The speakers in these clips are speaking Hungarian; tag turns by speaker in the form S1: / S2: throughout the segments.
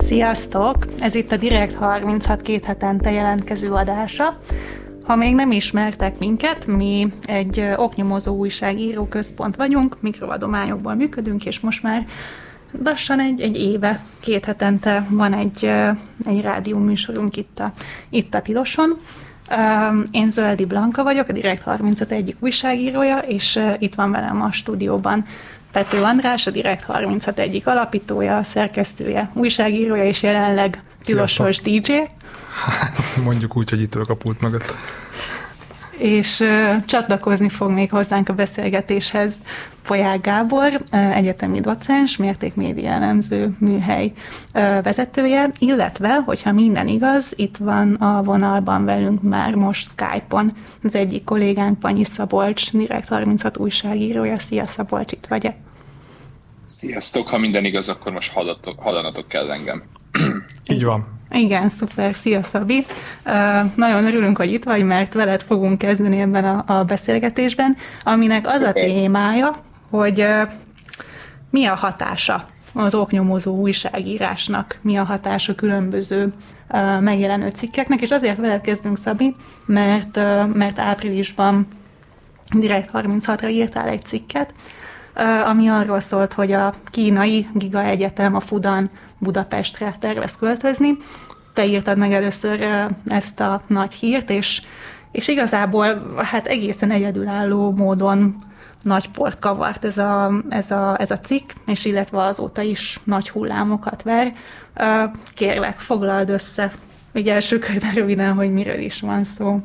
S1: Sziasztok! Ez itt a Direkt 36 két hetente jelentkező adása. Ha még nem ismertek minket, mi egy oknyomozó újságíró központ vagyunk, mikroadományokból működünk, és most már lassan egy éve, két hetente van egy rádió műsorunk itt a Tiloson. Én Zöldi Blanka vagyok, a Direkt 35 egyik újságírója, és itt van velem a stúdióban Pető András, a Direkt 36 egyik alapítója, szerkesztője, újságírója, és jelenleg tilosos DJ.
S2: Mondjuk úgy, hogy itt ülök a pult mögött.
S1: És csatlakozni fog még hozzánk a beszélgetéshez Polyák Gábor, egyetemi docens, mértékmédia elemző műhely vezetője, illetve, hogyha minden igaz, itt van a vonalban velünk már most Skype-on az egyik kollégánk, Panyi Szabolcs, Direkt 36 újságírója. Szia Szabolcs, itt vagy-e?
S3: Sziasztok, ha minden igaz, akkor most hallanatok kell engem.
S2: Így van.
S1: Igen, szuper, szia Szabi. Nagyon örülünk, hogy itt vagy, mert veled fogunk kezdeni ebben a beszélgetésben, aminek az a témája, hogy mi a hatása az oknyomozó újságírásnak, mi a hatása különböző megjelenő cikkeknek, és azért veled kezdünk, Szabi, mert áprilisban Direkt 36-ra írtál egy cikket, ami arról szólt, hogy a kínai Giga Egyetem, a Fudan Budapestre tervez költözni. Te írtad meg először ezt a nagy hírt, és igazából hát egészen egyedülálló módon nagy port kavart ez a cikk, és illetve azóta is nagy hullámokat ver. Kérlek, foglald össze egy első körben röviden, hogy miről is van szó.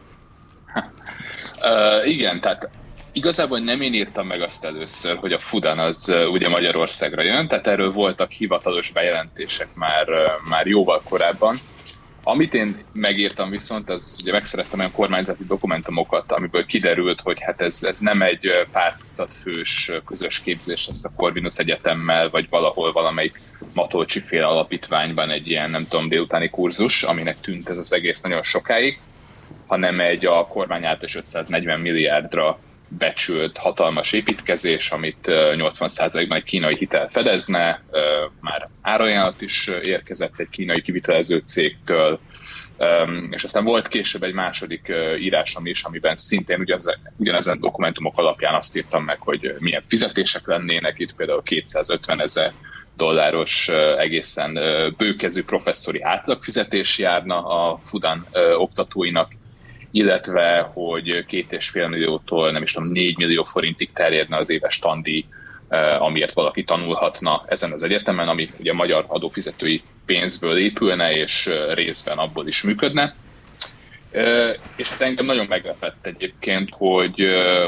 S3: Igen, tehát igazából nem én írtam meg azt először, hogy a Fudan az ugye Magyarországra jön, tehát erről voltak hivatalos bejelentések már jóval korábban. Amit én megírtam viszont, az ugye megszereztem olyan kormányzati dokumentumokat, amiből kiderült, hogy hát ez nem egy pár tucat fős közös képzés lesz a Corvinus Egyetemmel, vagy valahol valamelyik Matolcsi-féle alapítványban egy ilyen, nem tudom, délutáni kurzus, aminek tűnt ez az egész nagyon sokáig, hanem egy a kormány által 540 milliárdra becsült hatalmas építkezés, amit 80%-ban egy kínai hitel fedezne, már árajánlat is érkezett egy kínai kivitelező cégtől, és aztán volt később egy második írásom is, amiben szintén ugyanezen dokumentumok alapján azt írtam meg, hogy milyen fizetések lennének, itt például $250,000 egészen bőkezű professzori átlagfizetés járna a Fudan oktatóinak, illetve hogy 2,5 milliótól, nem is tudom, 4 millió forintig terjedne az éves tandíj, amiért valaki tanulhatna ezen az egyetemen, ami ugye magyar adófizetői pénzből épülne, és részben abból is működne. És hát engem nagyon meglepett egyébként, hogy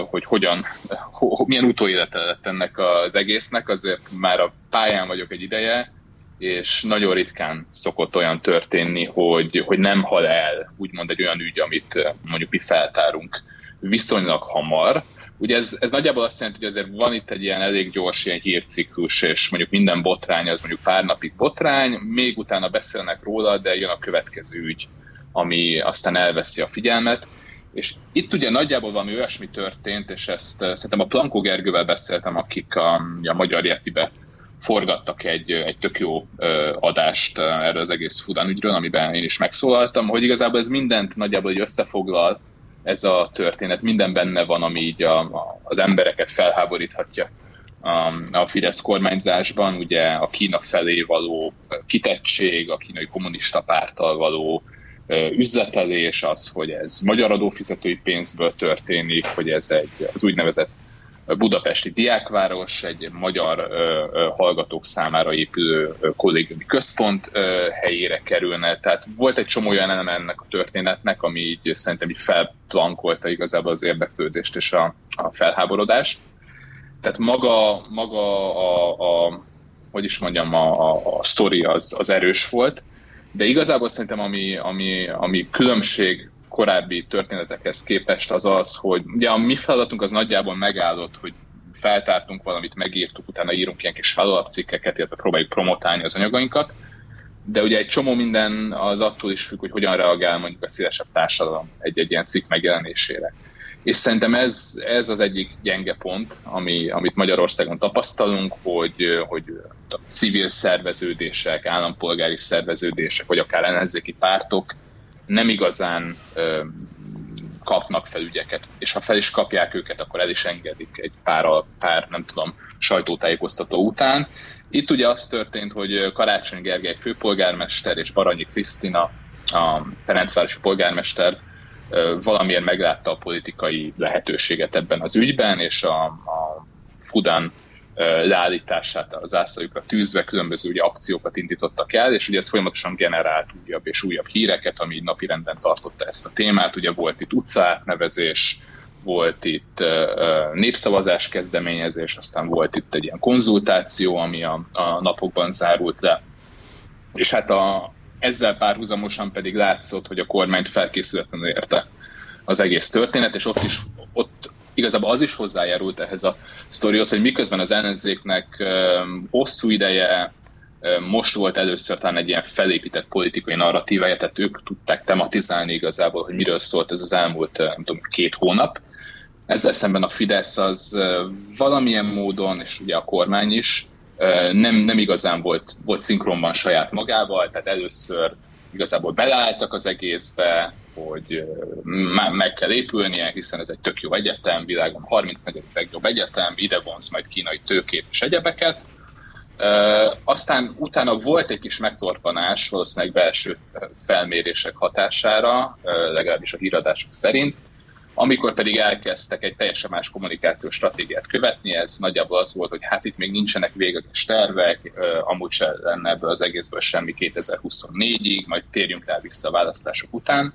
S3: milyen utóélete lett ennek az egésznek, azért már a pályán vagyok egy ideje, és nagyon ritkán szokott olyan történni, hogy nem hal el úgymond egy olyan ügy, amit mondjuk mi feltárunk viszonylag hamar. Ugye ez nagyjából azt jelenti, hogy azért van itt egy ilyen elég gyors ilyen hírciklus, és mondjuk minden botrány az mondjuk pár napig botrány, még utána beszélnek róla, de jön a következő ügy, ami aztán elveszi a figyelmet. És itt ugye nagyjából valami olyasmi történt, és ezt szerintem a Plankó Gergővel beszéltem, akik a Magyar Yetibe forgattak egy tök jó adást erről az egész Fudan ügyről, amiben én is megszólaltam, hogy igazából ez mindent nagyjából így összefoglal, ez a történet, minden benne van, ami így az embereket felháboríthatja a Fidesz kormányzásban, ugye a Kína felé való kitettség, a kínai kommunista párttal való üzletelés, az, hogy ez magyar adófizetői pénzből történik, hogy ez az úgynevezett budapesti diákváros, egy magyar hallgatók számára épülő kollégiumi központ helyére kerülne. Tehát volt egy csomó olyan eleme ennek a történetnek, ami így szerintem így felplankolta igazából az érdeklődést és a felháborodást. Tehát maga hogy is mondjam, a sztori az erős volt, de igazából szerintem ami különbség korábbi történetekhez képest az, hogy ugye a mi feladatunk az nagyjából megállott, hogy feltártunk valamit, megírtuk, utána írunk ilyen kis felolapcikkeket, illetve próbáljuk promotálni az anyagainkat, de ugye egy csomó minden az attól is függ, hogy hogyan reagál mondjuk a szélesebb társadalom egy ilyen cikk megjelenésére. És szerintem ez az egyik gyenge pont, amit Magyarországon tapasztalunk, hogy civil szerveződések, állampolgári szerveződések, vagy akár ellenzéki pártok nem igazán kapnak fel ügyeket, és ha fel is kapják őket, akkor el is engedik egy pár nem tudom, sajtótájékoztató után. Itt ugye az történt, hogy Karácsony Gergely főpolgármester és Baranyi Krisztina, a Ferencvárosi polgármester valamilyen meglátta a politikai lehetőséget ebben az ügyben, és a Fudan leállítását a zászlajukra tűzve különböző ugye, akciókat indítottak el, és ugye ez folyamatosan generált újabb és újabb híreket, ami napirenden tartotta ezt a témát. Ugye volt itt utcaátnevezés, volt itt népszavazás kezdeményezés, aztán volt itt egy ilyen konzultáció, ami a napokban zárult le. És hát ezzel párhuzamosan pedig látszott, hogy a kormányt felkészületlenül érte az egész történet, és ott igazából az is hozzájárult ehhez a sztorihoz, hogy miközben az ellenzéknek hosszú ideje most volt először talán egy ilyen felépített politikai narratívája, tehát ők tudták tematizálni igazából, hogy miről szólt ez az elmúlt, nem tudom, 2 hónap. Ezzel szemben a Fidesz az valamilyen módon, és ugye a kormány is, nem igazán volt szinkronban saját magával, tehát először igazából beleálltak az egészbe, hogy meg kell épülnie, hiszen ez egy tök jó egyetem, világon 34. legjobb egyetem, ide vonz majd kínai tőkét és egyebeket. Aztán utána volt egy kis megtorpanás, valószínűleg belső felmérések hatására, legalábbis a híradások szerint, amikor pedig elkezdtek egy teljesen más kommunikációs stratégiát követni, ez nagyjából az volt, hogy hát itt még nincsenek végleges tervek, amúgy se lenne ebből az egészből semmi 2024-ig, majd térjünk rá vissza a választások után.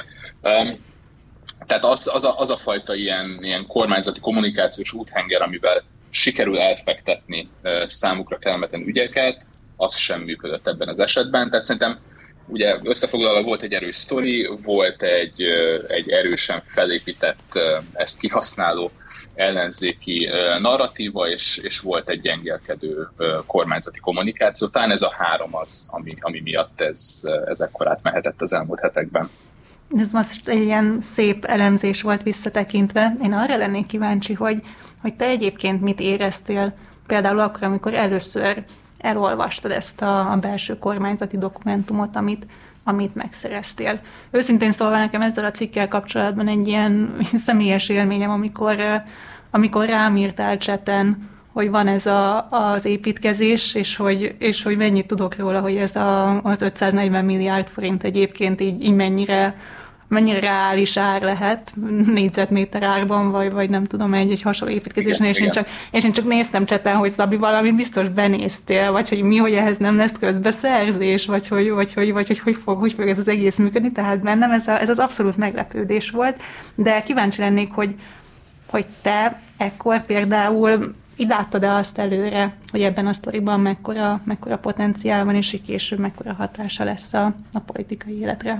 S3: Tehát az a fajta ilyen kormányzati kommunikációs úthenger, amivel sikerül elfektetni számukra kellemetlen ügyeket, az sem működött ebben az esetben. Tehát szerintem ugye összefoglalva volt egy erős sztori, volt egy erősen felépített, ezt kihasználó ellenzéki narratíva, és volt egy gyengelkedő kormányzati kommunikáció. Talán ez a 3 az, ami miatt ez ekkorát mehetett az elmúlt hetekben.
S1: Ez most egy ilyen szép elemzés volt visszatekintve. Én arra lennék kíváncsi, hogy te egyébként mit éreztél, például akkor, amikor először elolvastad ezt a belső kormányzati dokumentumot, amit megszereztél. Őszintén szólva nekem ezzel a cikkel kapcsolatban egy ilyen személyes élményem, amikor rám írtál chaten, hogy van ez az építkezés, és hogy mennyit tudok róla, hogy ez az 540 milliárd forint egyébként így mennyire reális ár lehet négyzetméter árban, vagy nem tudom, egy hasonló építkezésnél, és én csak néztem chaten, hogy Szabi, valamit biztos benéztél, vagy hogy mi, hogy ehhez nem lesz közbeszerzés, vagy hogy fog ez az egész működni, tehát bennem ez az abszolút meglepődés volt, de kíváncsi lennék, hogy te ekkor például így láttad-e azt előre, hogy ebben a sztoriban mekkora potenciál van, és később mekkora hatása lesz a politikai életre?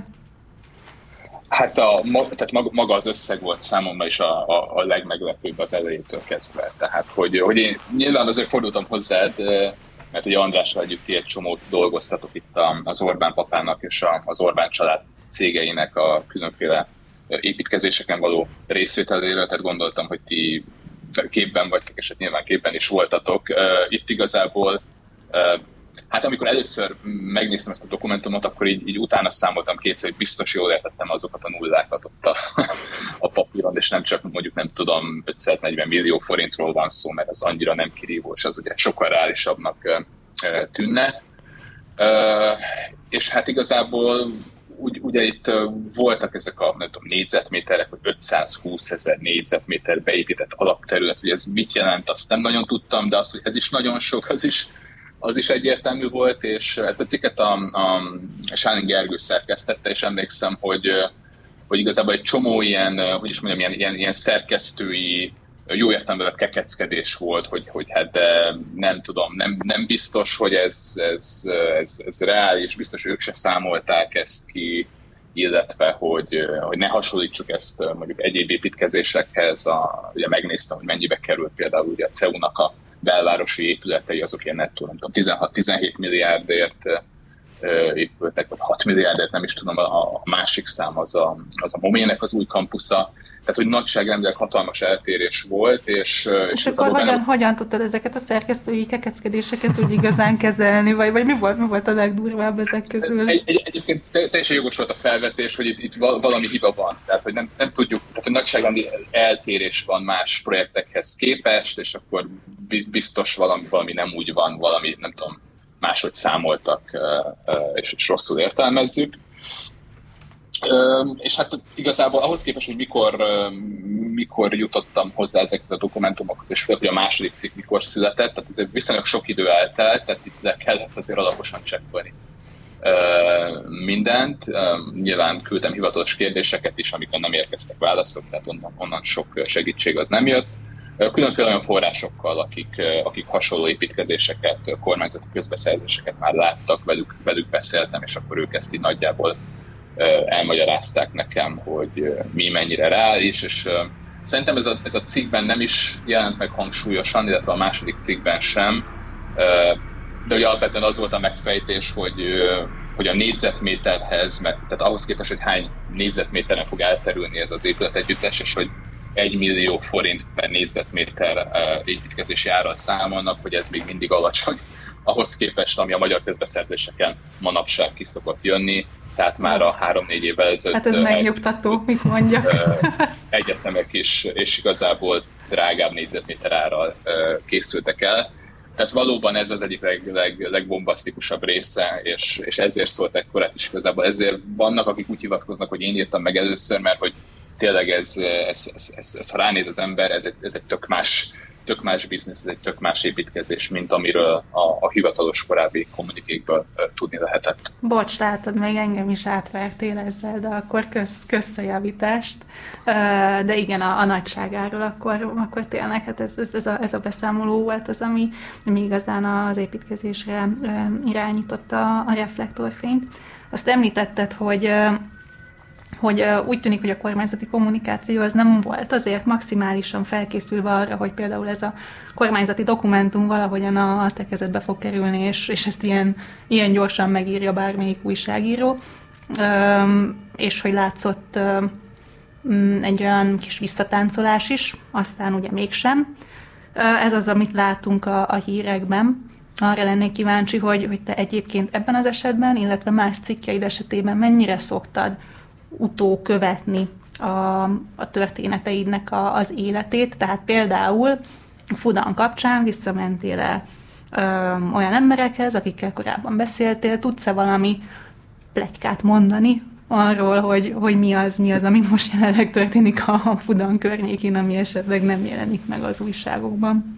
S3: Hát tehát maga az összeg volt számomra is a legmeglepőbb az elejétől kezdve. Tehát, hogy én nyilván azért fordultam hozzád, mert ugye Andrással együtt egy csomót dolgoztatok itt az Orbán papának és az Orbán család cégeinek a különféle építkezéseken való részvételéről, tehát gondoltam, hogy ti képben vagytok, és hát nyilván képben is voltatok. Itt igazából, hát amikor először megnéztem ezt a dokumentumot, akkor így utána számoltam kétszer, hogy biztos jól értettem azokat a nullákat ott a papíron, és nem csak mondjuk nem tudom 540 millió forintról van szó, mert az annyira nem kirívó, és az ugye sokkal reálisabbnak tűnne. És hát igazából ugye itt voltak ezek a nem tudom, négyzetméterek, vagy 520 000 négyzetméter beépített alapterület, hogy ez mit jelent, azt nem nagyon tudtam, de az, hogy ez is nagyon sok, az is egyértelmű volt, és ezt a cikket a Sándor Gergő szerkesztette, és emlékszem, hogy igazából egy csomó ilyen, hogy is mondjam, ilyen szerkesztői, jó értelemben kekeckedés volt, hogy hát de nem tudom, nem biztos, hogy ez reális, biztos ők se számolták ezt ki, illetve hogy ne hasonlítsuk ezt mondjuk egyéb építkezésekhez. Ugye megnéztem, hogy mennyibe került például ugye a CEU-nak a belvárosi épületei, azok ilyen nettó, nem tudom, 16-17 milliárdért épültek, vagy 6 milliárdért, nem is tudom, a másik szám az a Momének az új kampusza. Tehát, hogy nagyságrendileg hatalmas eltérés volt, és
S1: akkor hogyan tudtad ezeket a szerkesztői kekeckedéseket úgy igazán kezelni, vagy mi volt a legdurvább ezek közül?
S3: Egyébként teljesen jogos volt a felvetés, hogy itt valami hiba van. Tehát, hogy nem tudjuk, tehát a nagyságrendi eltérés van más projektekhez képest, és akkor biztos valami nem úgy van, valami, nem tudom, máshogy számoltak, és rosszul értelmezzük. És hát igazából ahhoz képest, hogy mikor jutottam hozzá ezekhez a dokumentumokhoz, és főleg, hogy a második cikk mikor született, tehát ez viszonylag sok idő eltelt, tehát itt le kellett azért alaposan csekkolni mindent. Nyilván küldtem hivatalos kérdéseket is, amikor nem érkeztek válaszok, tehát onnan sok segítség az nem jött. Különféle olyan forrásokkal, akik hasonló építkezéseket, kormányzati közbeszerzéseket már láttak, velük beszéltem, és akkor ők ezt így nagyjából elmagyarázták nekem, hogy mi mennyire reális, és szerintem ez a cikkben nem is jelent meg hangsúlyosan, illetve a második cikkben sem, de ugye alapvetően az volt a megfejtés, hogy a négyzetméterhez, tehát ahhoz képest, hogy hány négyzetméteren fog elterülni ez az épületegyüttes, és hogy 1 millió forint per négyzetméter építkezési árral számolnak, hogy ez még mindig alacsony. Ahhoz képest, ami a magyar közbeszerzéseken manapság ki szokott jönni, tehát már a 3-4 évvel ezelőtt...
S1: Hát ez megnyugtató, mit mondjak.
S3: Egyetemek is, és igazából drágább négyzetméter árral készültek el. Tehát valóban ez az egyik legbombasztikusabb része, és ezért szólt ekkorát is igazából. Ezért vannak, akik úgy hivatkoznak, hogy én írtam meg először, mert hogy tényleg ez ha ránéz az ember, ez egy tök más biznisz, ez egy tök más építkezés, mint amiről a hivatalos korábbi kommunikékből tudni lehetett.
S1: Bocs, látod, még engem is átvertél ezzel, de akkor kösz a javítást. De igen, a nagyságáról akkor tényleg hát ez a beszámoló volt az, ami igazán az építkezésre irányította a reflektorfényt. Azt említetted, hogy úgy tűnik, hogy a kormányzati kommunikáció az nem volt azért maximálisan felkészülve arra, hogy például ez a kormányzati dokumentum valahogyan a te kezedbe fog kerülni, és ezt ilyen gyorsan megírja bármelyik újságíró, és hogy látszott egy olyan kis visszatáncolás is, aztán ugye mégsem. Ez az, amit látunk a hírekben. Arra lennék kíváncsi, hogy te egyébként ebben az esetben, illetve más cikkeid esetében mennyire szoktad utókövetni a történeteidnek az életét. Tehát például Fudan kapcsán visszamentél olyan emberekhez, akikkel korábban beszéltél, tudsz-e valami pletykát mondani arról, hogy mi az, ami most jelenleg történik a Fudan környékén, ami esetleg nem jelenik meg az újságokban?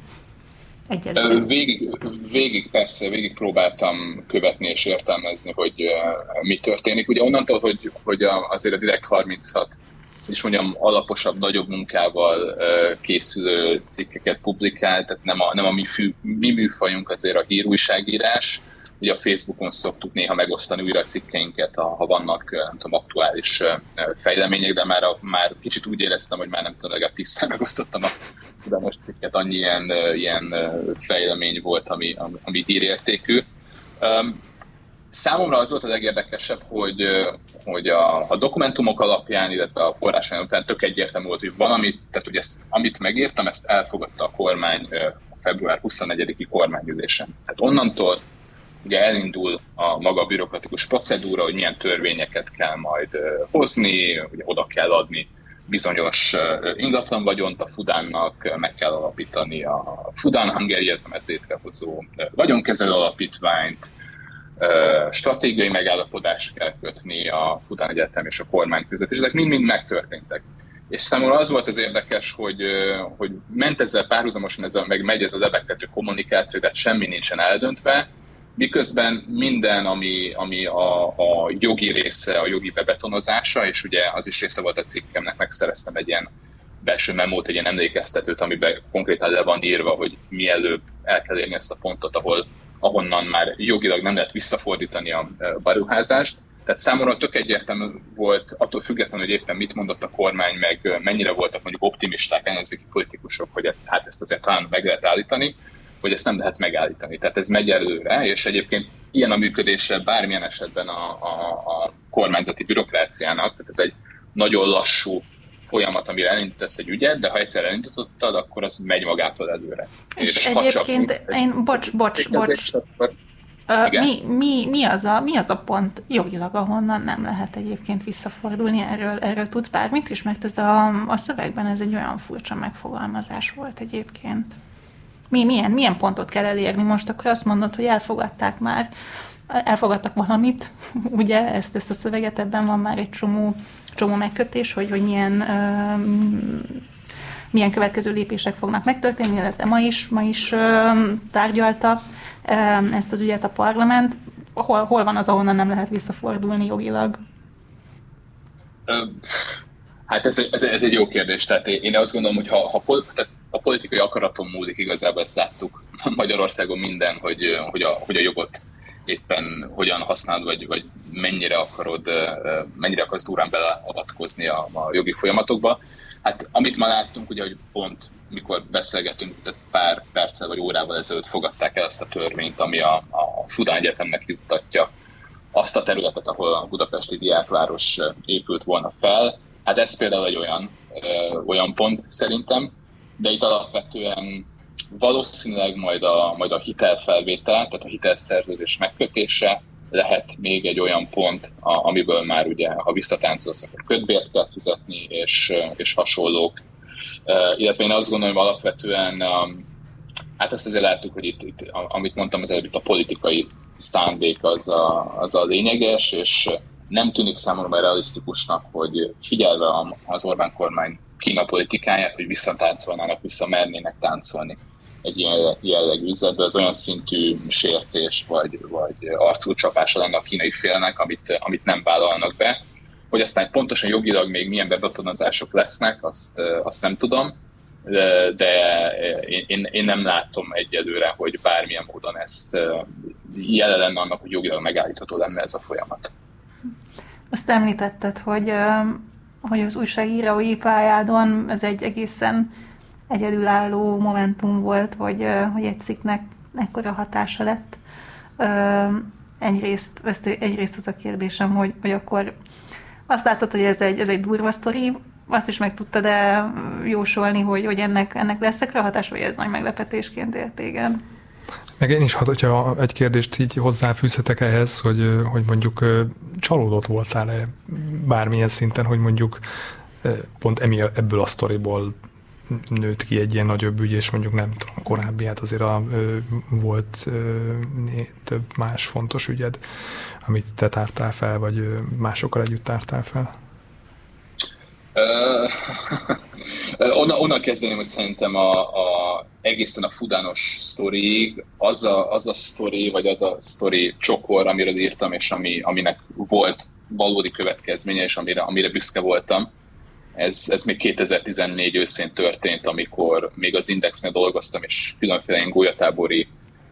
S3: Végig próbáltam követni és értelmezni, hogy mi történik. Ugye onnantól, hogy azért a Direkt 36 és mondjam, alaposabb, nagyobb munkával készülő cikkeket publikál, tehát nem a mi műfajunk azért a hírújságírás. Ugye a Facebookon szoktuk néha megosztani újra a cikkeinket, ha vannak nem tudom, aktuális fejlemények, de már kicsit úgy éreztem, hogy már nem tudom, legalább 10-szer megosztottam a Fudanos cikket, annyi ilyen fejlemény volt, ami hírértékű. Számomra az volt a legérdekesebb, hogy a dokumentumok alapján, illetve a források alapján tök egyértelmű volt, hogy valamit, tehát hogy amit megírtam, ezt elfogadta a kormány a február 24-i kormányülésen. Tehát onnantól ugye elindul a maga bürokratikus procedúra, hogy milyen törvényeket kell majd hozni, ugye oda kell adni bizonyos ingatlanvagyont a Fudánnak, meg kell alapítani a Fudan Hungary Egyetemet létrehozó vagyonkezelő alapítványt, stratégiai megállapodást kell kötni a Fudan Egyetem és a kormány között, és ezek mind-mind megtörténtek. És számomra az volt az érdekes, hogy ment ezzel párhuzamosan, meg megy ez a lebegtető kommunikáció, tehát semmi nincsen eldöntve, miközben minden, ami a jogi része, a jogi bebetonozása, és ugye az is része volt a cikkemnek, megszereztem egy ilyen belső memót, egy ilyen emlékeztetőt, amiben konkrétan le van írva, hogy mielőbb el kell érni ezt a pontot, ahonnan már jogilag nem lehet visszafordítani a beruházást. Tehát számomra tök egyértelmű volt, attól függetlenül, hogy éppen mit mondott a kormány, meg mennyire voltak mondjuk optimisták ellenzéki politikusok, hogy hát ezt azért talán meg lehet állítani, hogy ezt nem lehet megállítani. Tehát ez megy előre, és egyébként ilyen a működése bármilyen esetben a kormányzati bürokráciának, tehát ez egy nagyon lassú folyamat, amire elindítasz egy ügyet, de ha egyszer elindítottad, akkor az megy magától előre.
S1: És egyébként, bocs. Mi az a pont jogilag, ahonnan nem lehet egyébként visszafordulni? Erről tudsz bármit is? Mert ez a szövegben ez egy olyan furcsa megfogalmazás volt egyébként. Milyen pontot kell elérni? Most akkor azt mondod, hogy elfogadtak valamit, ugye, ezt a szöveget, ebben van már egy csomó megkötés, hogy milyen következő lépések fognak megtörténni, illetve ma is tárgyalta ezt az ügyet a parlament. Hol van az, ahonnan nem lehet visszafordulni jogilag?
S3: Hát ez egy jó kérdés. Tehát én azt gondolom, hogy ha a politikai akaraton múlik, igazából ezt láttuk Magyarországon minden, hogy a jogot éppen hogyan használod, vagy mennyire akarsz durán beleavatkozni a jogi folyamatokba. Hát amit ma láttunk, ugye, hogy pont mikor beszélgetünk, tehát pár perccel vagy órával ezelőtt fogadták el ezt a törvényt, ami a Fudán Egyetemnek juttatja azt a területet, ahol a budapesti diákváros épült volna fel. Hát ez például egy olyan pont szerintem, de itt alapvetően valószínűleg majd a hitelfelvétel, tehát a hitelszerződés megkötése lehet még egy olyan pont, amiből már ugye, ha visszatáncolsz, akkor kötbért kell fizetni, és hasonlók. Illetve én azt gondolom, hogy alapvetően, hát azt azért láttuk, hogy itt amit mondtam az előbb, itt a politikai szándék az a lényeges, és nem tűnik számomra realisztikusnak, hogy figyelve az Orbán kormány Kína politikáját, hogy visszamernének táncolni egy ilyen jellegű üzletbe, az olyan szintű sértés vagy arcúcsapása lenne a kínai félnek, amit nem vállalnak be. Hogy aztán pontosan jogilag még milyen bebetonozások lesznek, azt nem tudom, de én nem látom egyelőre, hogy bármilyen módon ezt jele lenne annak, hogy jogilag megállítható lenne ez a folyamat. Azt
S1: említetted, hogy az újságírói pályádon ez egy egészen egyedülálló momentum volt, hogy egy cikknek ekkora hatása lett. Egyrészt az a kérdésem, hogy akkor azt látod, hogy ez egy durva sztori, azt is meg tudtad-e jósolni, hogy ennek lesz ekkora hatása, vagy ez nagy meglepetésként ért téged?
S2: Meg én is, hogyha egy kérdést így hozzáfűzhetek ehhez, hogy mondjuk csalódott voltál-e bármilyen szinten, hogy mondjuk pont ebből a sztoriból nőtt ki egy ilyen nagyobb ügy, és mondjuk nem tudom, korábbi, hát azért volt több más fontos ügyed, amit te tártál fel, vagy másokkal együtt tártál fel?
S3: Onnan kezdeném, hogy szerintem egészen a fudános sztoriig az a sztori, vagy az a sztori csokor, amiről írtam, és aminek volt valódi következménye, és amire büszke voltam. Ez még 2014 őszén történt, amikor még az Indexnél dolgoztam, és különféle ilyen gólyatábori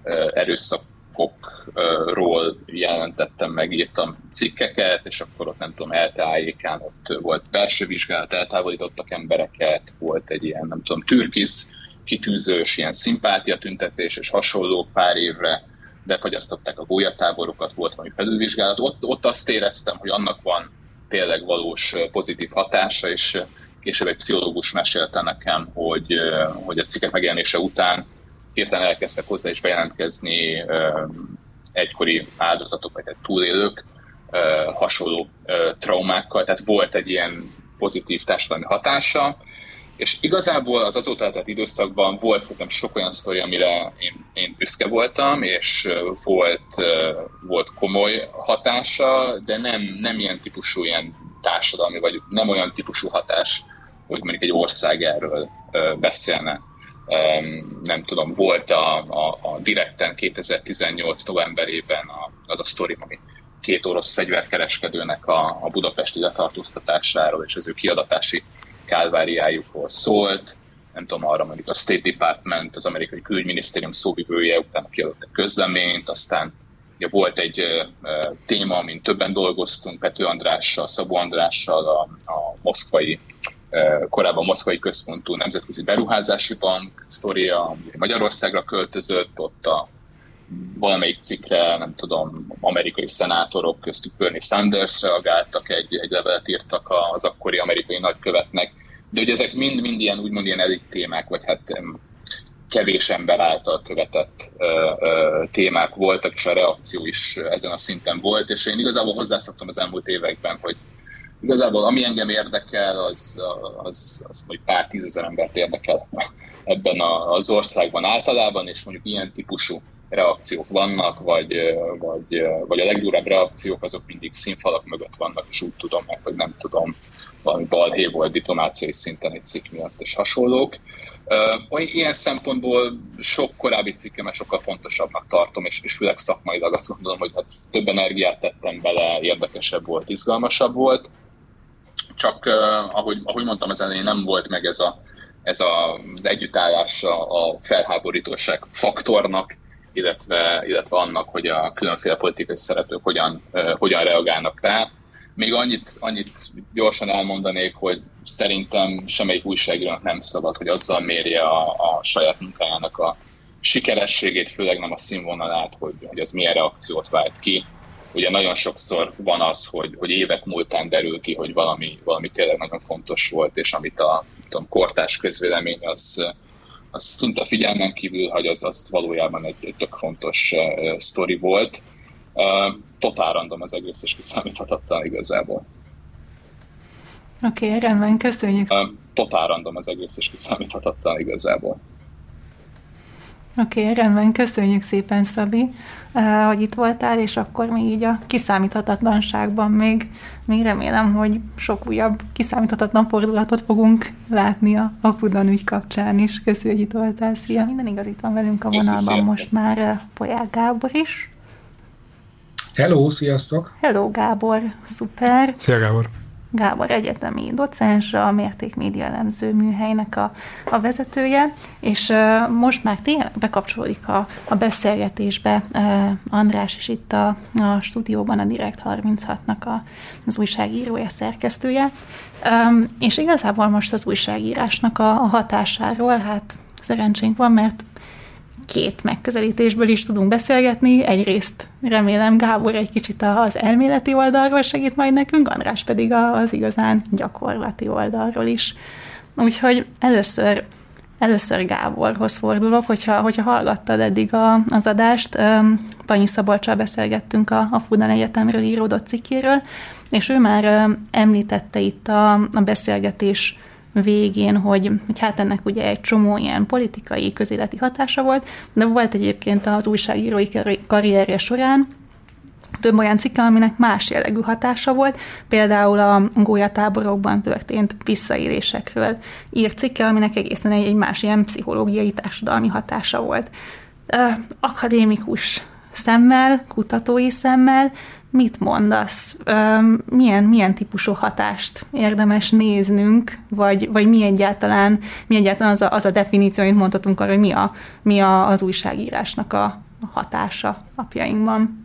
S3: erőszakokról jelentettem, megírtam cikkeket, és akkor ott nem tudom, LTAJ-kán ott volt belső vizsgálat, eltávolítottak embereket, volt egy ilyen, nem tudom, türkisz kitűzős, ilyen szimpátia tüntetés, és hasonló pár évre befagyasztották a gólyatáborokat, volt valami felülvizsgálat. Ott azt éreztem, hogy annak van tényleg valós pozitív hatása, és később egy pszichológus mesélte nekem, hogy a cikkek megjelenése után hirtelen elkezdtek hozzá is bejelentkezni egykori áldozatok, vagy túlélők hasonló traumákkal, tehát volt egy ilyen pozitív társadalmi hatása, és igazából az azóta eltelt időszakban volt szerintem sok olyan sztori, amire én büszke voltam, és volt komoly hatása, de nem ilyen típusú ilyen társadalmi, vagy nem olyan típusú hatás, hogy mondjuk egy ország erről beszélne. Nem tudom, volt a Direkten 2018 novemberében az a sztori, ami 2 orosz fegyverkereskedőnek a budapesti letartóztatásáról és az ő kiadatási kálváriájukról szólt. Nem tudom, arra mondjuk a State Department, az amerikai külügyminisztérium szóvivője utána kiadott egy közleményt, aztán ugye volt egy téma, amin többen dolgoztunk, Pető Andrással, Szabó Andrással, a moszkvai korábban moszkvai központú nemzetközi beruházási bank sztoria, Magyarországra költözött, ott valamelyik cikkre, nem tudom, amerikai szenátorok, köztük Bernie Sanders reagáltak, egy levelet írtak az akkori amerikai nagykövetnek, de ugye ezek mind ilyen úgymond ilyen elit témák, vagy hát kevés ember által követett témák voltak, és a reakció is ezen a szinten volt, és én igazából hozzászoktam az elmúlt években, hogy igazából ami engem érdekel, az hogy pár tízezer embert érdekel ebben az országban általában, és mondjuk ilyen típusú reakciók vannak, vagy a legdurvább reakciók azok mindig színfalak mögött vannak, és úgy tudom meg, hogy nem tudom, valami balhé volt diplomáciai szinten egy cikk miatt, és hasonlók. Ilyen szempontból sok korábbi cikkemet sokkal fontosabbnak tartom, és főleg szakmailag azt gondolom, hogy hát több energiát tettem bele, érdekesebb volt, izgalmasabb volt. Csak ahogy mondtam az elején, nem volt meg ez az együttállás a felháborítóság faktornak, illetve annak, hogy a különféle politikai szereplők hogyan reagálnak rá. Még annyit gyorsan elmondanék, hogy szerintem semmelyik újságírónak nem szabad, hogy azzal mérje a saját munkájának a sikerességét, főleg nem a színvonalát, hogy az milyen reakciót vált ki. Ugye nagyon sokszor van az, hogy évek múltán derül ki, hogy valami tényleg nagyon fontos volt, és amit a kortárs közvélemény az szinte figyelmen kívül, hogy az valójában egy tök fontos sztori volt. Totál random az egész, és kiszámíthatatlan igazából.
S1: Oké, rendben, köszönjük.
S3: Totál random az egész, és kiszámíthatatlan igazából.
S1: Oké, rendben, köszönjük szépen, Szabi, hogy itt voltál, és akkor még így a kiszámíthatatlanságban még remélem, hogy sok újabb kiszámíthatatlan fordulatot fogunk látni a Fudan ügy kapcsán is. Köszönjük, hogy itt voltál. Szia! Minden igaz, itt van velünk a vonalban most már Polyák Gábor is.
S4: Hello, sziasztok!
S1: Hello, Gábor, szuper!
S2: Szia, Gábor!
S1: Gábor egyetemi docens, a Mérték-média elemző műhelynek a vezetője, és most már tényleg bekapcsolódik a beszélgetésbe András is itt a stúdióban, a Direkt 36-nak az újságírója, szerkesztője, és igazából most az újságírásnak a hatásáról, hát szerencsénk van, mert két megközelítésből is tudunk beszélgetni. Egyrészt remélem Gábor egy kicsit az elméleti oldalról segít majd nekünk, András pedig az igazán gyakorlati oldalról is. Úgyhogy először Gáborhoz fordulok, hogyha hallgattad eddig az adást, Panyi Szabolccsal beszélgettünk a Fudan Egyetemről íródott cikkéről, és ő már említette itt a beszélgetés végén, hogy hát ennek ugye egy csomó ilyen politikai, közéleti hatása volt, de volt egyébként az újságírói karrierje során több olyan cikke, aminek más jellegű hatása volt, például a gólyatáborokban történt visszaélésekről írt cikke, aminek egészen egy más ilyen pszichológiai, társadalmi hatása volt. Akadémikus szemmel, kutatói szemmel mit mondasz? Milyen típusú hatást érdemes néznünk, vagy mi egyáltalán az a definíció, amit mondhatunk arra, hogy mi az újságírásnak a hatása napjainkban?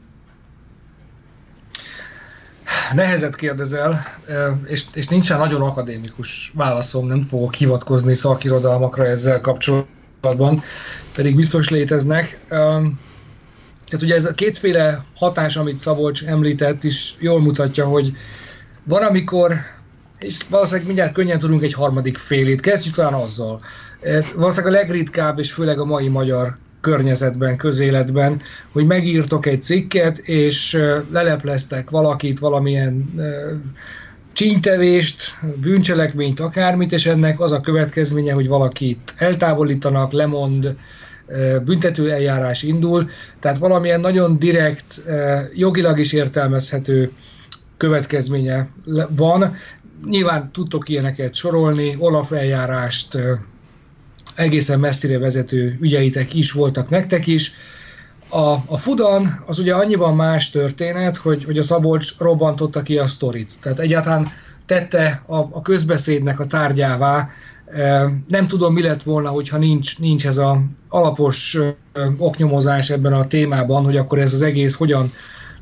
S4: Nehezet kérdezel, és nincsen nagyon akadémikus válaszom, nem fogok hivatkozni szakirodalmakra ezzel kapcsolatban, pedig biztos léteznek. Tehát ugye ez a kétféle hatás, amit Szabolcs említett, is jól mutatja, hogy van, amikor, és valószínűleg mindjárt könnyen tudunk egy harmadik félét, kezdjük talán azzal. Ez valószínűleg a legritkább, és főleg a mai magyar környezetben, közéletben, hogy megírtok egy cikket, és lelepleztek valakit, valamilyen csínytevést, bűncselekményt, akármit, és ennek az a következménye, hogy valakit eltávolítanak, lemond, büntető eljárás indul, tehát valamilyen nagyon direkt, jogilag is értelmezhető következménye van. Nyilván tudtok ilyeneket sorolni, Olaf eljárást, egészen messzire vezető ügyeitek is voltak nektek is. A Fudan az ugye annyiban más történet, hogy a Szabolcs robbantotta ki a sztorit. Tehát egyáltalán tette a közbeszédnek a tárgyává. Nem tudom, mi lett volna, hogyha nincs ez az alapos oknyomozás ebben a témában, hogy akkor ez az egész hogyan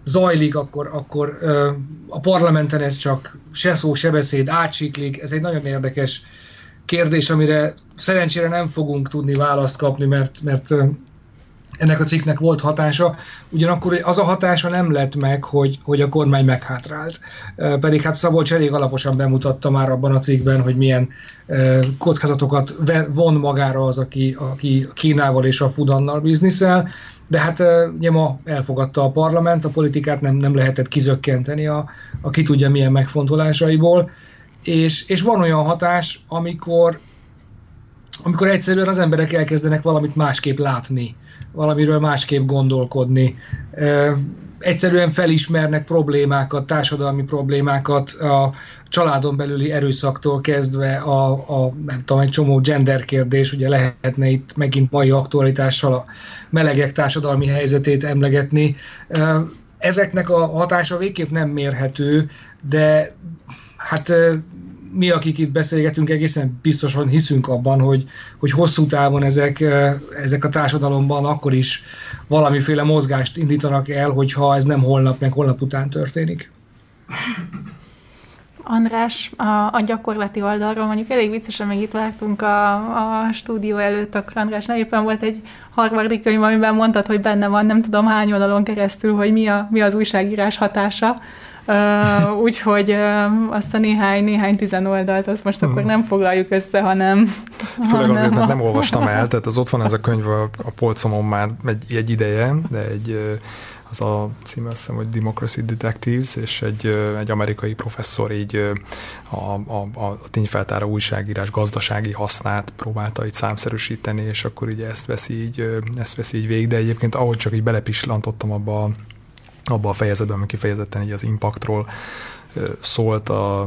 S4: zajlik, akkor a parlamenten ez csak se szó, se beszéd, átsiklik. Ez egy nagyon érdekes kérdés, amire szerencsére nem fogunk tudni választ kapni, mert ennek a cikknek volt hatása, ugyanakkor az a hatása nem lett meg, hogy a kormány meghátrált. Pedig hát Szabolcs elég alaposan bemutatta már abban a cikkben, hogy milyen kockázatokat von magára az, aki Kínával és a Fudannal bizniszel, de hát ugye ma elfogadta a parlament, a politikát nem lehetett kizökkenteni a ki tudja milyen megfontolásaiból, és van olyan hatás, amikor egyszerűen az emberek elkezdenek valamit másképp látni, valamiről másképp gondolkodni. Egyszerűen felismernek problémákat, társadalmi problémákat, a családon belüli erőszaktól kezdve nem tudom, egy csomó gender kérdés, ugye lehetne itt megint mai aktualitással a melegek társadalmi helyzetét emlegetni. Ezeknek a hatása végképp nem mérhető, de hát mi, akik itt beszélgetünk, egészen biztosan hiszünk abban, hogy hosszú távon ezek a társadalomban akkor is valamiféle mozgást indítanak el, hogyha ez nem holnap, meg holnap után történik.
S1: András, a gyakorlati oldalról mondjuk elég viccesen még itt vártunk a stúdió előtt, akkor Andrásnál éppen volt egy harmadik könyv, amiben mondtad, hogy benne van nem tudom hány oldalon keresztül, hogy mi az újságírás hatása. Úgyhogy azt a néhány 10 oldalt, azt most akkor nem foglaljuk össze, hanem...
S2: Főleg azért, mert nem olvastam el, tehát az ott van ez a könyv a polcomon már egy ideje, de az a címe, azt hiszem, hogy Democracy Detectives, és egy amerikai professzor így a tényfeltáró újságírás gazdasági hasznát próbálta így számszerűsíteni, és akkor ugye ezt veszi így végig, de egyébként ahogy csak így belepislantottam abba a fejezetben, ami kifejezetten így az impactról szólt,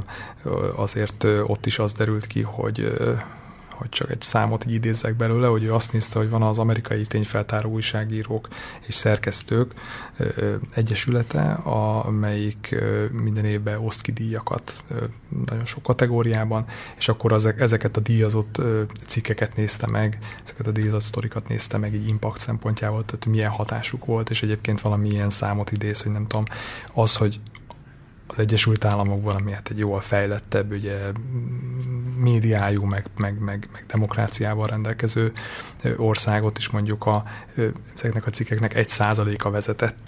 S2: azért ott is az derült ki, hogy csak egy számot így idézzek belőle, hogy ő azt nézte, hogy van az amerikai tényfeltáró újságírók és szerkesztők egyesülete, amelyik minden évben oszt ki díjakat nagyon sok kategóriában, és akkor ezeket a díjazott cikkeket nézte meg, ezeket a díjazott sztorikat nézte meg így impact szempontjából, tehát milyen hatásuk volt, és egyébként valamilyen számot idéz, hogy nem tudom, az, hogy az Egyesült Államokban, ami hát egy jóval fejlettebb, ugye médiájú, meg demokráciával rendelkező országot is mondjuk ezeknek a cikkeknek 1%-a vezetett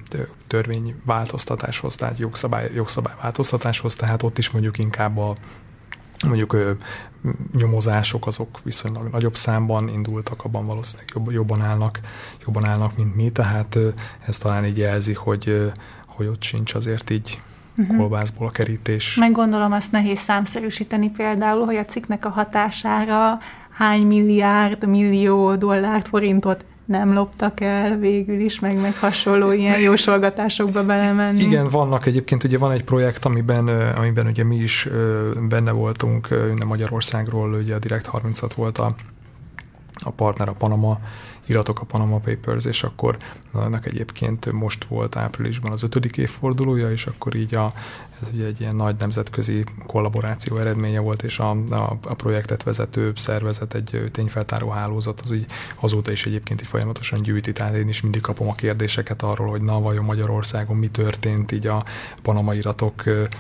S2: törvényváltoztatáshoz, tehát jogszabályváltoztatáshoz, tehát ott is mondjuk inkább mondjuk nyomozások azok viszonylag nagyobb számban indultak, abban valószínűleg jobban állnak, mint mi, tehát ez talán így jelzi, hogy ott sincs azért így kolbászból a kerítés.
S1: Meg gondolom azt nehéz számszerűsíteni például, hogy a cikknek a hatására hány millió dollárt, forintot nem loptak el végül is, meg hasonló ilyen jósolgatásokba belemenni.
S2: Igen, vannak egyébként, ugye van egy projekt, amiben ugye mi is benne voltunk, Magyarországról, ugye a Direkt 36 volt a partner, a Panama iratok, a Panama Papers, és akkor ennek egyébként most volt áprilisban az 5. évfordulója, és akkor így ez ugye egy ilyen nagy nemzetközi kollaboráció eredménye volt, és a projektet vezető szervezet, egy tényfeltáró hálózat, az így azóta is egyébként így folyamatosan gyűjti, tehát én is mindig kapom a kérdéseket arról, hogy vajon Magyarországon mi történt így a Panama iratok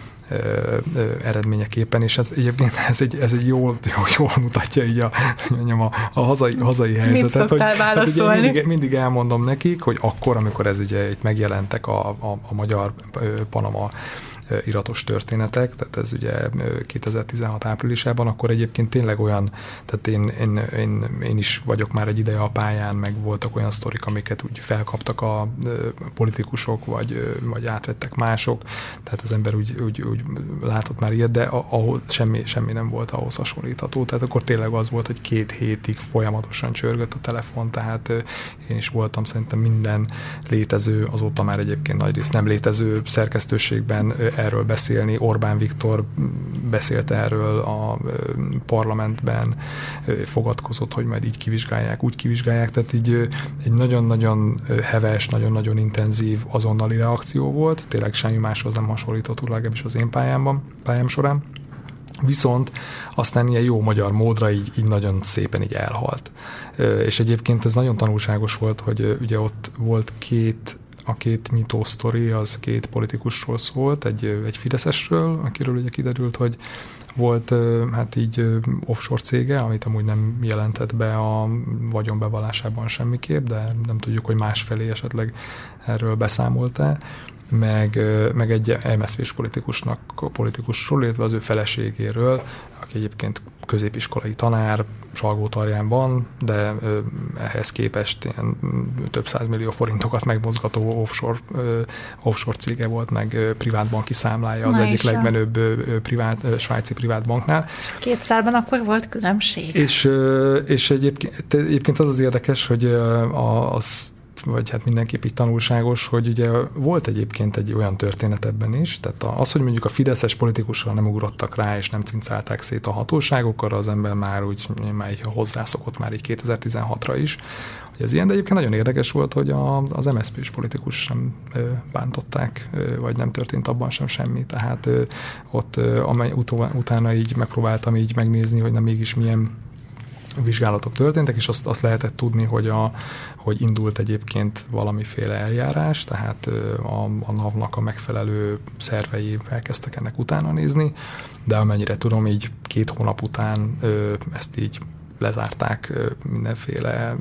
S2: eredményeképpen, és egyébként ez egy jól mutatja így a hazai helyzetet.
S1: Mit szoktál válaszolni?
S2: Ugye mindig elmondom nekik, hogy akkor, amikor ez ugye itt megjelentek a magyar Panama iratos történetek, tehát ez ugye 2016 áprilisában, akkor egyébként tényleg olyan, tehát én is vagyok már egy ideje a pályán, meg voltak olyan sztorik, amiket úgy felkaptak a politikusok, vagy átvettek mások, tehát az ember úgy látott már ilyet, de ahol semmi nem volt ahhoz hasonlítható, tehát akkor tényleg az volt, hogy 2 hétig folyamatosan csörgött a telefon, tehát én is voltam szerintem minden létező, azóta már egyébként nagyrészt nem létező szerkesztőségben erről beszélni. Orbán Viktor beszélt erről a parlamentben, fogadkozott, hogy majd így kivizsgálják, úgy kivizsgálják, tehát így egy nagyon-nagyon heves, nagyon-nagyon intenzív azonnali reakció volt, tényleg semmi máshoz nem hasonlított, legalábbis az én pályám során. Viszont aztán ilyen jó magyar módra így nagyon szépen így elhalt. És egyébként ez nagyon tanulságos volt, hogy ugye ott volt 2 a két nyitó sztori az két politikusról szólt, egy fideszesről, akiről ugye kiderült, hogy volt hát így offshore cége, amit amúgy nem jelentett be a vagyonbevallásában semmiképp, de nem tudjuk, hogy másfelé esetleg erről beszámolt-e, meg egy MSZP-s politikusról, illetve az ő feleségéről, aki egyébként középiskolai tanár, Salgótarjánban, de ehhez képest ilyen több 100 millió forintokat megmozgató offshore cége volt, meg privátbanki számlája az egyik legmenőbb svájci privátbanknál.
S1: Két szárban akkor volt különbség.
S2: És egyébként az érdekes, hogy vagy hát mindenképp így tanulságos, hogy ugye volt egyébként egy olyan történet ebben is, tehát az, hogy mondjuk a fideszes politikusra nem ugrottak rá, és nem cincálták szét a hatóságokkal, az ember már így hozzászokott már így 2016-ra is, hogy ez ilyen, de egyébként nagyon érdekes volt, hogy az MSZP-s politikus sem bántották, vagy nem történt abban sem semmi, tehát ott utána így megpróbáltam így megnézni, hogy nem mégis milyen vizsgálatok történtek, és azt lehetett tudni, hogy indult egyébként valamiféle eljárás, tehát a NAV-nak a megfelelő szervei elkezdtek ennek utána nézni, de amennyire tudom, így 2 hónap után ezt így lezárták mindenféle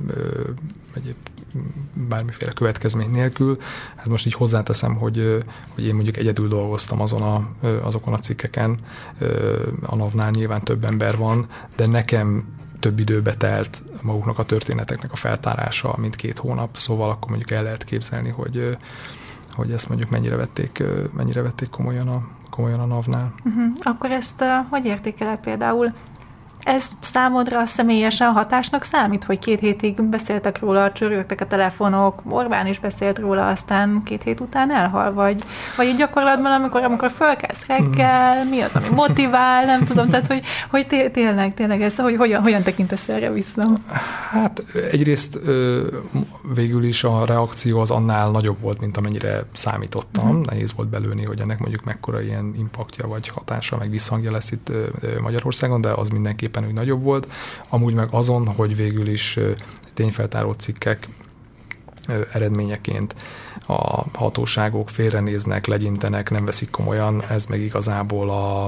S2: bármiféle következmény nélkül. Hát most így hozzáteszem, hogy én mondjuk egyedül dolgoztam azokon a cikkeken, a NAV-nál nyilván több ember van, de nekem több időbe telt maguknak a történeteknek a feltárása, mint 2 hónap, szóval akkor mondjuk el lehet képzelni, hogy ezt mondjuk mennyire vették komolyan a NAV-nál.
S1: Akkor ezt hogy értékeled például? Ez számodra személyesen hatásnak számít, hogy 2 hétig beszéltek róla, csörögtek a telefonok, Orbán is beszélt róla, aztán 2 hét után elhal, vagy gyakorlatban, amikor fölkelsz reggel, mi az, ami motivál, nem tudom, tehát hogy tényleg ez, hogy hogyan tekintesz erre vissza?
S2: Hát egyrészt végül is a reakció az annál nagyobb volt, mint amennyire számítottam. Nehéz volt belőni, hogy ennek mondjuk mekkora ilyen impaktja, vagy hatása, meg visszhangja lesz itt Magyarországon, de az mindenképp úgy nagyobb volt. Amúgy meg azon, hogy végül is tényfeltáró cikkek eredményeként a hatóságok félrenéznek, legyintenek, nem veszik komolyan, ez meg igazából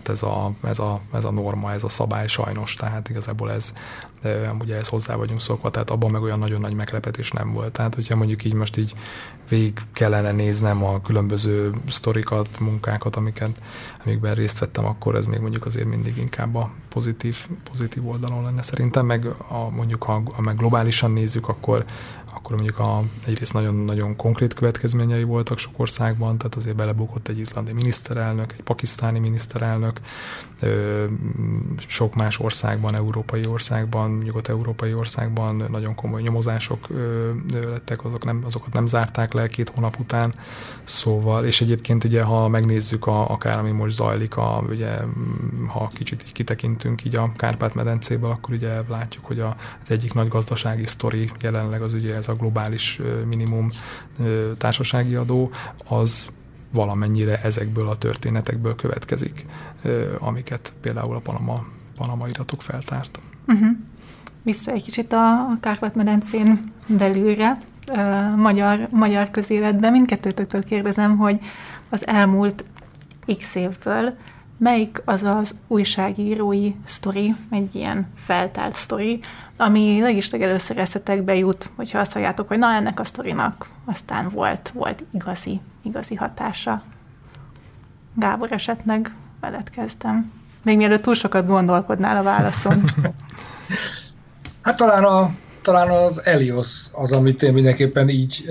S2: ez a norma, ez a szabály sajnos, tehát igazából ugye ez hozzá vagyunk szokva, tehát abban meg olyan nagyon nagy meglepetés nem volt. Tehát, hogyha mondjuk így most így végig kellene néznem a különböző sztorikat, munkákat, amikben részt vettem, akkor ez még mondjuk azért mindig inkább a pozitív oldalon lenne szerintem, meg mondjuk ha meg globálisan nézzük, akkor mondjuk egyrészt nagyon-nagyon konkrét következményei voltak sok országban, tehát azért belebukott egy izlandi miniszterelnök, egy pakisztáni miniszterelnök, sok más országban, európai országban, nyugat-európai országban nagyon komoly nyomozások lettek, azokat nem zárták le 2 hónap után, szóval, és egyébként ugye, ha megnézzük akár ami most zajlik, ugye, ha kicsit így kitekintünk így a Kárpát-medencéből, akkor ugye látjuk, hogy az egyik nagy gazdasági sztori jelenleg az ugye ez a globális minimum társasági adó, az valamennyire ezekből a történetekből következik, amiket például a Panama iratok feltárt.
S1: Vissza egy kicsit a Kárpát-medencén belülre, magyar közéletben. Mindkettőtöktől kérdezem, hogy az elmúlt x évből melyik az az újságírói sztori, egy ilyen feltárt sztori, ami legelőször eszetekbe jut, hogyha azt halljátok, hogy na, ennek a sztorinak aztán volt igazi hatása. Gábor, esetleg veled kezdtem. Még mielőtt túl sokat gondolkodnál a válaszon.
S4: Hát talán az Elios az, amit én mindenképpen így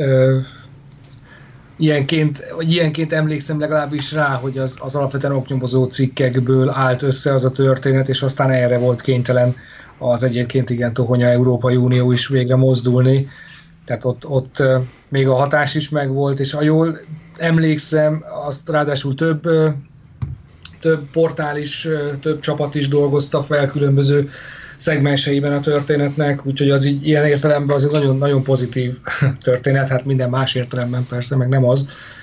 S4: ilyenként emlékszem legalábbis rá, hogy az alapvetően oknyomozó cikkekből állt össze az a történet, és aztán erre volt kénytelen az egyébként igen tohonya Európai Unió is végre mozdulni. Tehát ott még a hatás is megvolt, és ha jól emlékszem, azt ráadásul több portál is, több csapat is dolgozta fel különböző szegmenseiben a történetnek, úgyhogy az így ilyen értelemben az egy nagyon, nagyon pozitív történet, hát minden más értelemben persze, meg nem az.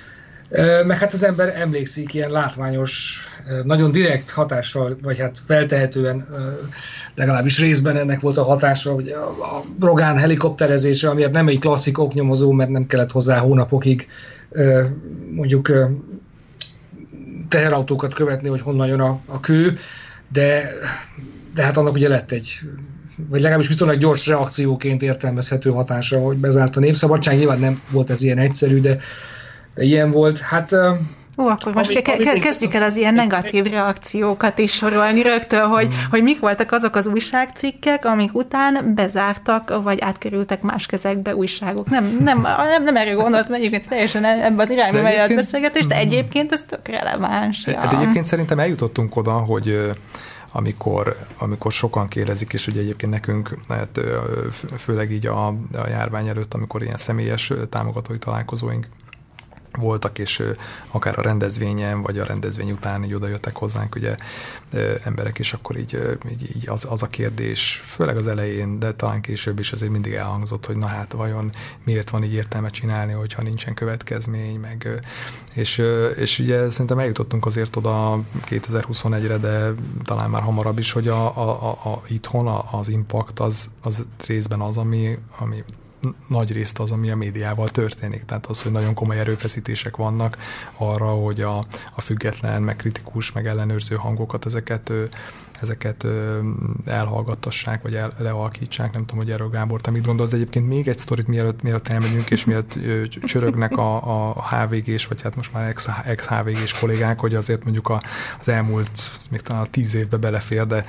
S4: Meg hát az ember emlékszik ilyen látványos, nagyon direkt hatással, vagy hát feltehetően legalábbis részben ennek volt a hatása, hogy a Rogán helikopterezése, amiért nem egy klasszik oknyomozó, mert nem kellett hozzá hónapokig mondjuk teherautókat követni, hogy honnan jön a kő, de hát annak ugye lett egy, vagy legalábbis viszonylag gyors reakcióként értelmezhető hatása, hogy bezárt a Népszabadság. Nyilván nem volt ez ilyen egyszerű, de ilyen volt. Hát...
S1: akkor most kezdjük el az ilyen negatív reakciókat is sorolni rögtön, hogy mik voltak azok az újságcikkek, amik után bezártak, vagy átkerültek más kezekbe újságok. Nem erre gondoltam, egyébként teljesen ebbe az irányba megy a beszélgetés, de egyébként ez tök releváns.
S2: De egyébként szerintem eljutottunk oda, hogy amikor sokan kérdezik, és ugye egyébként nekünk, hát, főleg így a járvány előtt, amikor ilyen személyes támogatói találkozóink voltak, és akár a rendezvényen, vagy a rendezvény után így oda jöttek hozzánk ugye emberek, és akkor így az a kérdés, főleg az elején, de talán később is azért mindig elhangzott, hogy na hát vajon miért van így értelme csinálni, hogyha nincsen következmény, meg, és ugye szerintem eljutottunk azért oda 2021-re, de talán már hamarabb is, hogy a itthon az impact az részben az, ami nagy részt az, ami a médiával történik. Tehát az, hogy nagyon komoly erőfeszítések vannak arra, hogy a független, meg kritikus, meg ellenőrző hangokat, ezeket elhallgattassák, vagy lealkítsák. Nem tudom, hogy erről Gábor, te mit gondolsz. Egyébként még egy sztorit, mielőtt elmegyünk, és mielőtt csörögnek a HVG-s, vagy hát most már ex-HVG-s kollégák, hogy azért mondjuk az elmúlt, még talán a 10 évbe belefér, de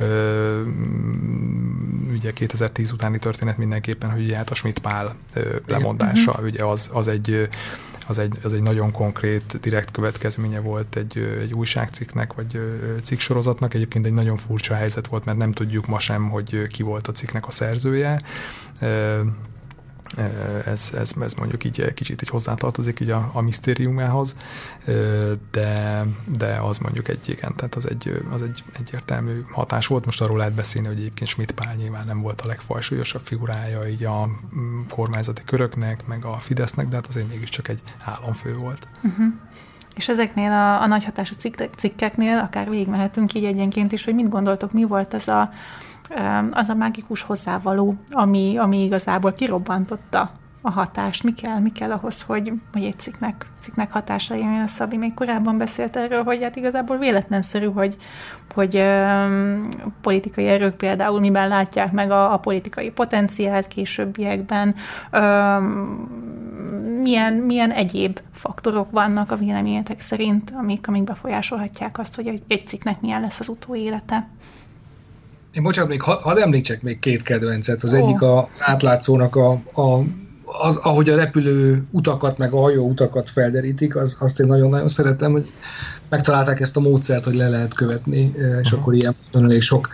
S2: ugye 2010 utáni történet mindenképpen, hogy ugye hát a Schmidt Pál lemondása, ugye az egy nagyon konkrét, direkt következménye volt egy újságcikknek, vagy cikksorozatnak. Egyébként egy nagyon furcsa helyzet volt, mert nem tudjuk ma sem, hogy ki volt a cikknek a szerzője. Ez mondjuk így kicsit így hozzátartozik így a misztériumához, de az mondjuk igen, tehát az egy egyértelmű hatás volt. Most arról lehet beszélni, hogy egyébként Schmidt Pál nyilván nem volt a legfajsúlyosabb figurája így a kormányzati köröknek, meg a Fidesznek, de hát azért mégiscsak egy államfő volt. Uh-huh.
S1: És ezeknél a nagy hatású cikkeknél akár végigmehetünk így egyenként is, hogy mit gondoltok, mi volt az a mágikus hozzávaló, ami igazából kirobbantotta a hatást. Mi kell ahhoz, hogy egy cikknek hatása jön. Szabi még korábban beszélt erről, hogy hát igazából véletlenszerű, hogy politikai erők például miben látják meg a politikai potenciált későbbiekben, milyen egyéb faktorok vannak a véleményetek szerint, amik befolyásolhatják azt, hogy egy cikknek milyen lesz az utóélete.
S4: Én bocsánat, még hadd említsek még két kedvencet. Az egyik az átlátszónak ahogy a repülő utakat, meg a hajó utakat felderítik, azt én nagyon-nagyon szeretem, hogy megtalálták ezt a módszert, hogy le lehet követni, és akkor ilyen elég sok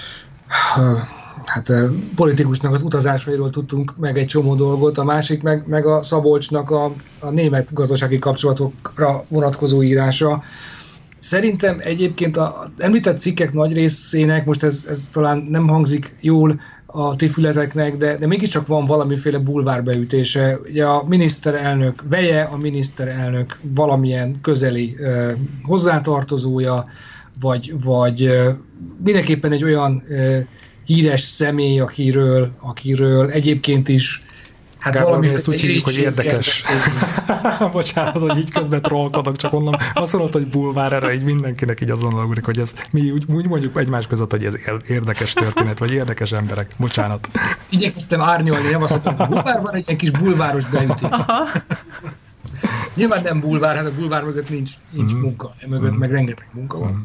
S4: politikusnak az utazásairól tudtunk meg egy csomó dolgot, a másik meg a Szabolcsnak a német gazdasági kapcsolatokra vonatkozó írása. Szerintem egyébként az említett cikkek nagy részének, most ez talán nem hangzik jól a ti fületeknek, de mégiscsak van valamiféle bulvárbeütése. Ugye a miniszterelnök veje, a miniszterelnök valamilyen közeli hozzátartozója, vagy mindenképpen egy olyan híres személy, akiről egyébként is
S2: Gábor, mi ezt úgy hívjuk, hogy érdekes. Bocsánat, hogy így közben trollkodok, csak onnan azt mondod, hogy bulvár, erre így mindenkinek így azonnal ugrik, hogy ez, mi úgy mondjuk egymás között, hogy ez érdekes történet, vagy érdekes emberek. Bocsánat.
S4: Igyekeztem árnyolni, nem azt mondtam, hogy bulvárban egy ilyen kis bulváros beütés. Nyilván nem bulvár, hát a bulvár mögött nincs munka, mögött meg rengeteg munka van.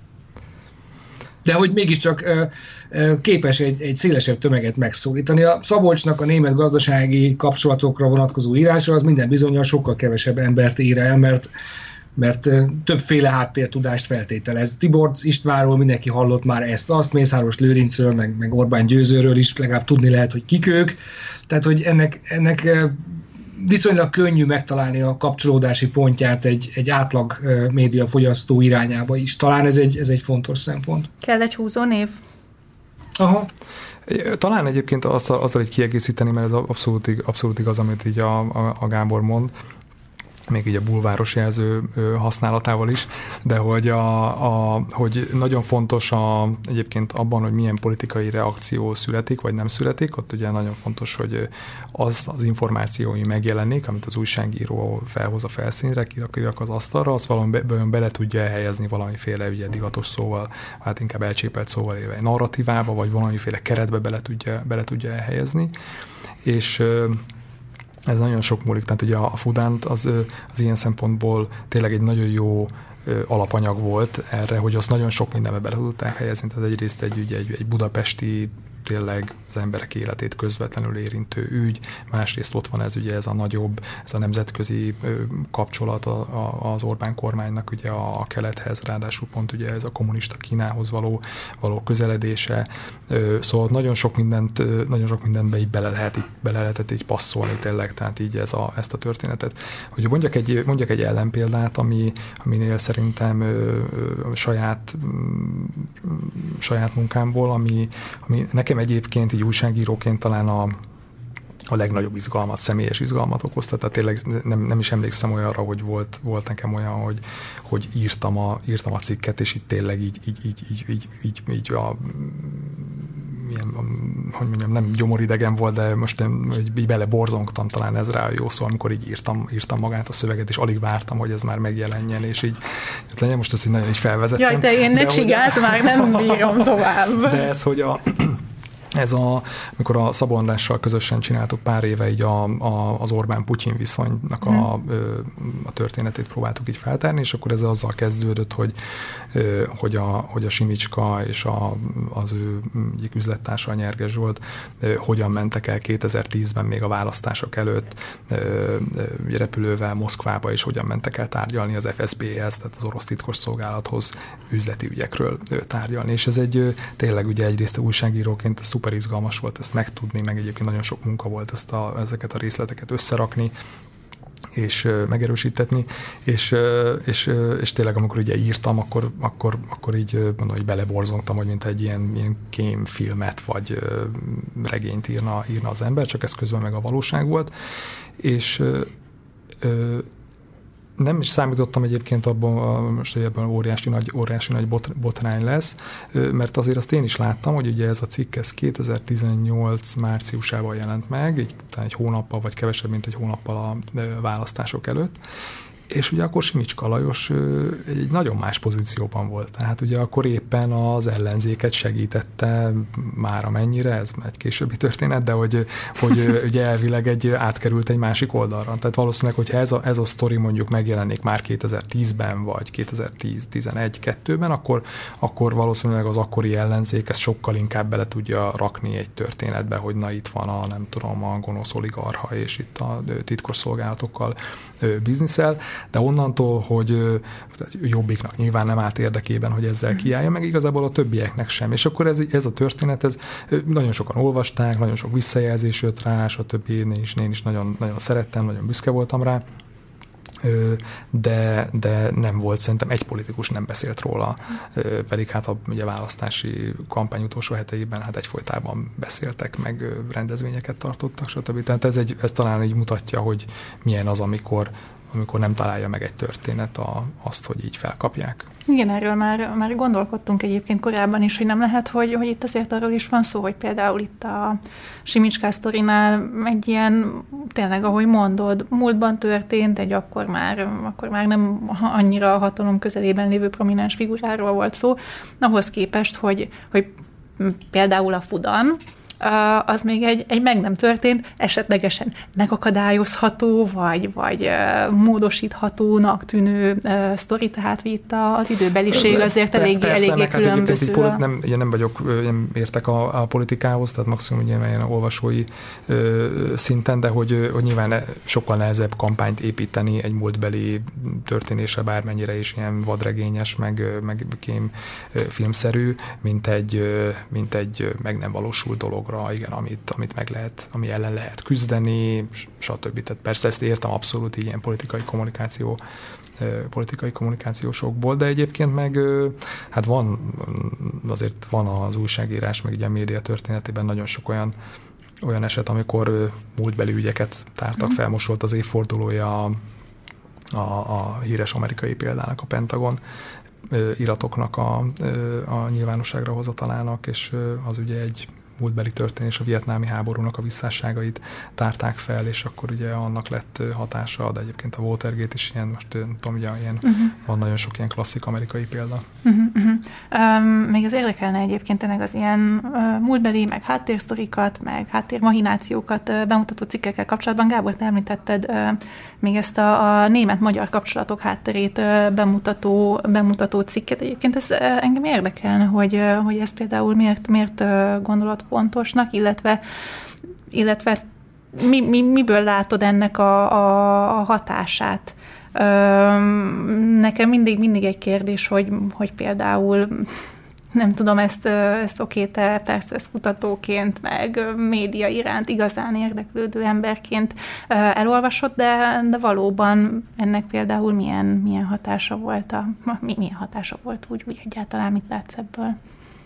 S4: De hogy mégiscsak képes egy szélesebb tömeget megszólítani. A Szabolcsnak a német gazdasági kapcsolatokra vonatkozó írása az minden bizonnyal sokkal kevesebb embert ér el, mert többféle háttértudást feltételez. Tiborcs Istvánról mindenki hallott már ezt-azt, Mészáros Lőrincről, meg Orbán Győzőről is legalább tudni lehet, hogy kik ők. Tehát, hogy ennek viszonylag könnyű megtalálni a kapcsolódási pontját egy átlag médiafogyasztó irányába is. Talán ez egy fontos szempont.
S1: Kell egy húzónév?
S4: Aha.
S2: Talán egyébként azzal így kiegészíteni, mert ez abszolút igaz, amit így a Gábor mond, még így a bulváros jelző használatával is, de hogy, hogy nagyon fontos egyébként abban, hogy milyen politikai reakció születik, vagy nem születik, ott ugye nagyon fontos, hogy az információ, ami megjelenik, amit az újságíró felhoz a felszínre, kirak az asztalra, azt valamiben bele tudja helyezni valamiféle ugye divatos szóval, hát inkább elcsépelt szóval élve narratívába, vagy valamiféle keretbe bele tudja elhelyezni, és ez nagyon sok múlik, tehát ugye a Fudánt az ilyen szempontból tényleg egy nagyon jó alapanyag volt erre, hogy azt nagyon sok mindenbe bele tudták helyezni, tehát egyrészt egy budapesti, tényleg az emberek életét közvetlenül érintő ügy, másrészt ott van ez ugye ez a nagyobb, ez a nemzetközi kapcsolat az Orbán kormánynak ugye a kelethez, ráadásul pont ugye ez a kommunista Kínához való közeledése, szóval nagyon sok mindenbe így bele lehetett így passzolni tényleg, tehát így ezt a történetet. Hogy mondjak egy ellenpéldát, aminél szerintem saját munkámból, ami nekem egyébként így újságíróként talán a legnagyobb izgalmat, személyes izgalmat okozta, tehát tényleg nem is emlékszem olyanra, hogy volt nekem olyan, hogy írtam a cikket, és itt tényleg így hogy mondjam, nem gyomoridegen volt, de most így beleborzongtam, talán ez rá a jó szó, amikor így írtam magát a szöveget, és alig vártam, hogy ez már megjelenjen, és így legyen, most ezt így nagyon így felvezettem.
S1: Jaj, te én ne csigált, már nem bírom tovább.
S2: De ez, hogy amikor a Szabó Andrással közösen csináltuk pár éve így az Orbán-Putyin viszonynak a történetét próbáltuk így feltárni, és akkor ez azzal kezdődött, hogy a Simicska és az ő egyik üzlettársa, a Nyerges Zsolt hogyan mentek el 2010-ben még a választások előtt repülővel Moszkvába, és hogyan mentek el tárgyalni az FSB-hez, tehát az orosz titkosszolgálathoz üzleti ügyekről tárgyalni. És ez tényleg ugye egyrészt újságíróként szuper izgalmas volt ezt megtudni, meg egyébként nagyon sok munka volt ezeket a részleteket összerakni, és megerősítetni, és tényleg amikor ugye írtam, akkor így mondom, hogy beleborzongtam, hogy mint egy ilyen kémfilmet, vagy regényt írna az ember, csak ez közben meg a valóság volt, és nem is számítottam egyébként abban, most ebben óriási nagy botrány lesz, mert azért azt én is láttam, hogy ugye ez a cikk 2018 márciusában jelent meg, így egy hónappal, vagy kevesebb, mint egy hónappal a választások előtt, és ugye akkor Simicska Lajos egy nagyon más pozícióban volt. Tehát ugye akkor éppen az ellenzéket segítette már amennyire, ez egy későbbi történet, de hogy ugye elvileg átkerült egy másik oldalra. Tehát valószínűleg, hogyha ez a sztori mondjuk megjelenik már 2010-ben, vagy 2010-11-2-ben, akkor valószínűleg az akkori ellenzék ezt sokkal inkább bele tudja rakni egy történetbe, hogy na itt van a gonosz oligarcha, és itt a titkos szolgálatokkal bizniszel, de onnantól, hogy Jobbiknak nyilván nem állt érdekében, hogy ezzel kiállja, meg igazából a többieknek sem. És akkor ez a történet, nagyon sokan olvasták, nagyon sok visszajelzés jött rá, stb. Én is nagyon, nagyon szerettem, nagyon büszke voltam rá, de nem volt, szerintem egy politikus nem beszélt róla, pedig hát ugye választási kampány utolsó heteiben hát egyfolytában beszéltek, meg rendezvényeket tartottak, stb. Tehát ez talán így mutatja, hogy milyen az, amikor nem találja meg egy történet azt, hogy így felkapják.
S1: Igen, erről már gondolkodtunk egyébként korábban is, hogy nem lehet, hogy itt azért arról is van szó, hogy például itt a Simicska sztorinál egy ilyen, tényleg, ahogy mondod, múltban történt, akkor már nem annyira a hatalom közelében lévő prominens figuráról volt szó, ahhoz képest, hogy például a Fudan, az még egy meg nem történt, esetlegesen megakadályozható, vagy módosíthatónak tűnő sztori, tehát itt az időbeliség azért eléggé különböző.
S2: Nem értek a politikához, tehát maximum ugye ilyen olvasói szinten, de hogy nyilván sokkal nehezebb kampányt építeni egy múltbeli történésre, bármennyire is ilyen vadregényes, meg kém filmszerű, mint egy meg nem valósult dologra, igen, amit meg lehet, ami ellen lehet küzdeni, stb. Tehát persze ezt értem abszolút ilyen politikai kommunikációsokból, de egyébként meg hát azért van az újságírás, meg ugye a média történetében nagyon sok olyan eset, amikor múltbeli ügyeket tártak fel. Most volt az évfordulója a híres amerikai példának, a Pentagon iratoknak a nyilvánosságra hozatalának, és az ugye egy múltbeli történés, a vietnámi háborúnak a visszásságait tárták fel, és akkor ugye annak lett hatása, de egyébként a Watergate is ilyen, most nem tudom, ugye ilyen, van nagyon sok ilyen klasszik amerikai példa.
S1: Még az érdekelne egyébként tényleg az ilyen múltbeli, meg háttérsztorikat, meg háttérmahinációkat bemutató cikkekkel kapcsolatban. Gábor, te említetted még ezt a német-magyar kapcsolatok hátterét bemutató cikket. Egyébként ez engem érdekelne, hogy ez például miért gondolod fontosnak, illetve miből látod ennek a hatását? Nekem mindig egy kérdés, hogy például nem tudom, ezt oké, te persze ezt kutatóként, meg média iránt igazán érdeklődő emberként elolvasod, de valóban ennek például milyen hatása volt milyen hatása volt úgy egyáltalán, mit látsz ebből?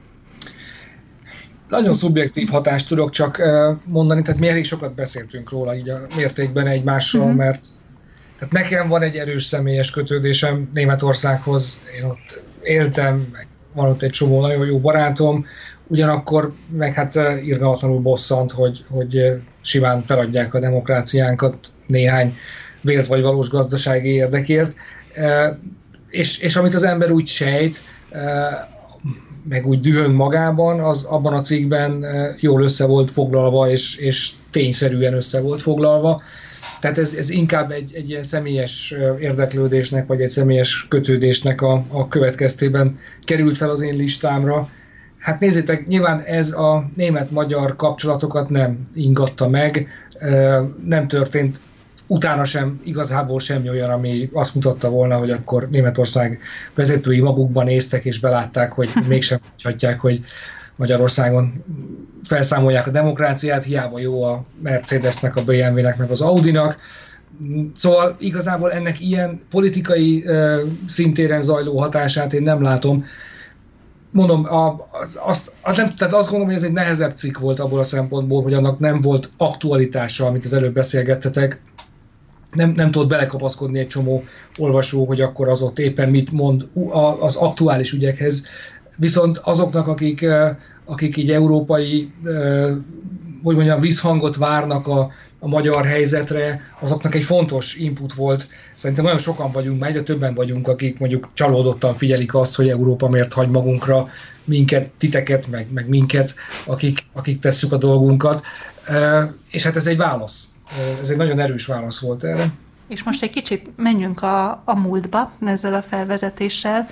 S4: Nagyon szubjektív hatást tudok csak mondani, tehát mi elég sokat beszéltünk róla így a mértékben egymással, mert tehát nekem van egy erős személyes kötődésem Németországhoz, én ott éltem, van ott egy csomó nagyon jó barátom, ugyanakkor meg hát irgalmatlanul bosszant, hogy simán feladják a demokráciánkat néhány vélt vagy valós gazdasági érdekért, és amit az ember úgy sejt, meg úgy dühöng magában, az abban a cikkben jól össze volt foglalva, és tényszerűen össze volt foglalva. Tehát ez inkább egy ilyen személyes érdeklődésnek, vagy egy személyes kötődésnek a következtében került fel az én listámra. Hát nézzétek, nyilván ez a német-magyar kapcsolatokat nem ingatta meg, nem történt utána sem igazából semmi olyan, ami azt mutatta volna, hogy akkor Németország vezetői magukban néztek és belátták, hogy mégsem hagyhatják, hogy Magyarországon felszámolják a demokráciát, hiába jó a Mercedesnek, a BMW-nek, meg az Audinak. Szóval igazából ennek ilyen politikai szintéren zajló hatását én nem látom. Mondom, tehát azt gondolom, hogy ez egy nehezebb cikk volt abból a szempontból, hogy annak nem volt aktualitása, amit az előbb beszélgettetek. Nem tudott belekapaszkodni egy csomó olvasó, hogy akkor az ott éppen mit mond az aktuális ügyekhez. Viszont azoknak, akik így európai, hogy mondjam, visszhangot várnak a magyar helyzetre, azoknak egy fontos input volt. Szerintem nagyon sokan vagyunk, már egyre többen vagyunk, akik mondjuk csalódottan figyelik azt, hogy Európa miért hagy magunkra minket, titeket, meg minket, akik tesszük a dolgunkat. És hát ez egy válasz. Ez egy nagyon erős válasz volt erre.
S1: És most egy kicsit menjünk a múltba ezzel a felvezetéssel.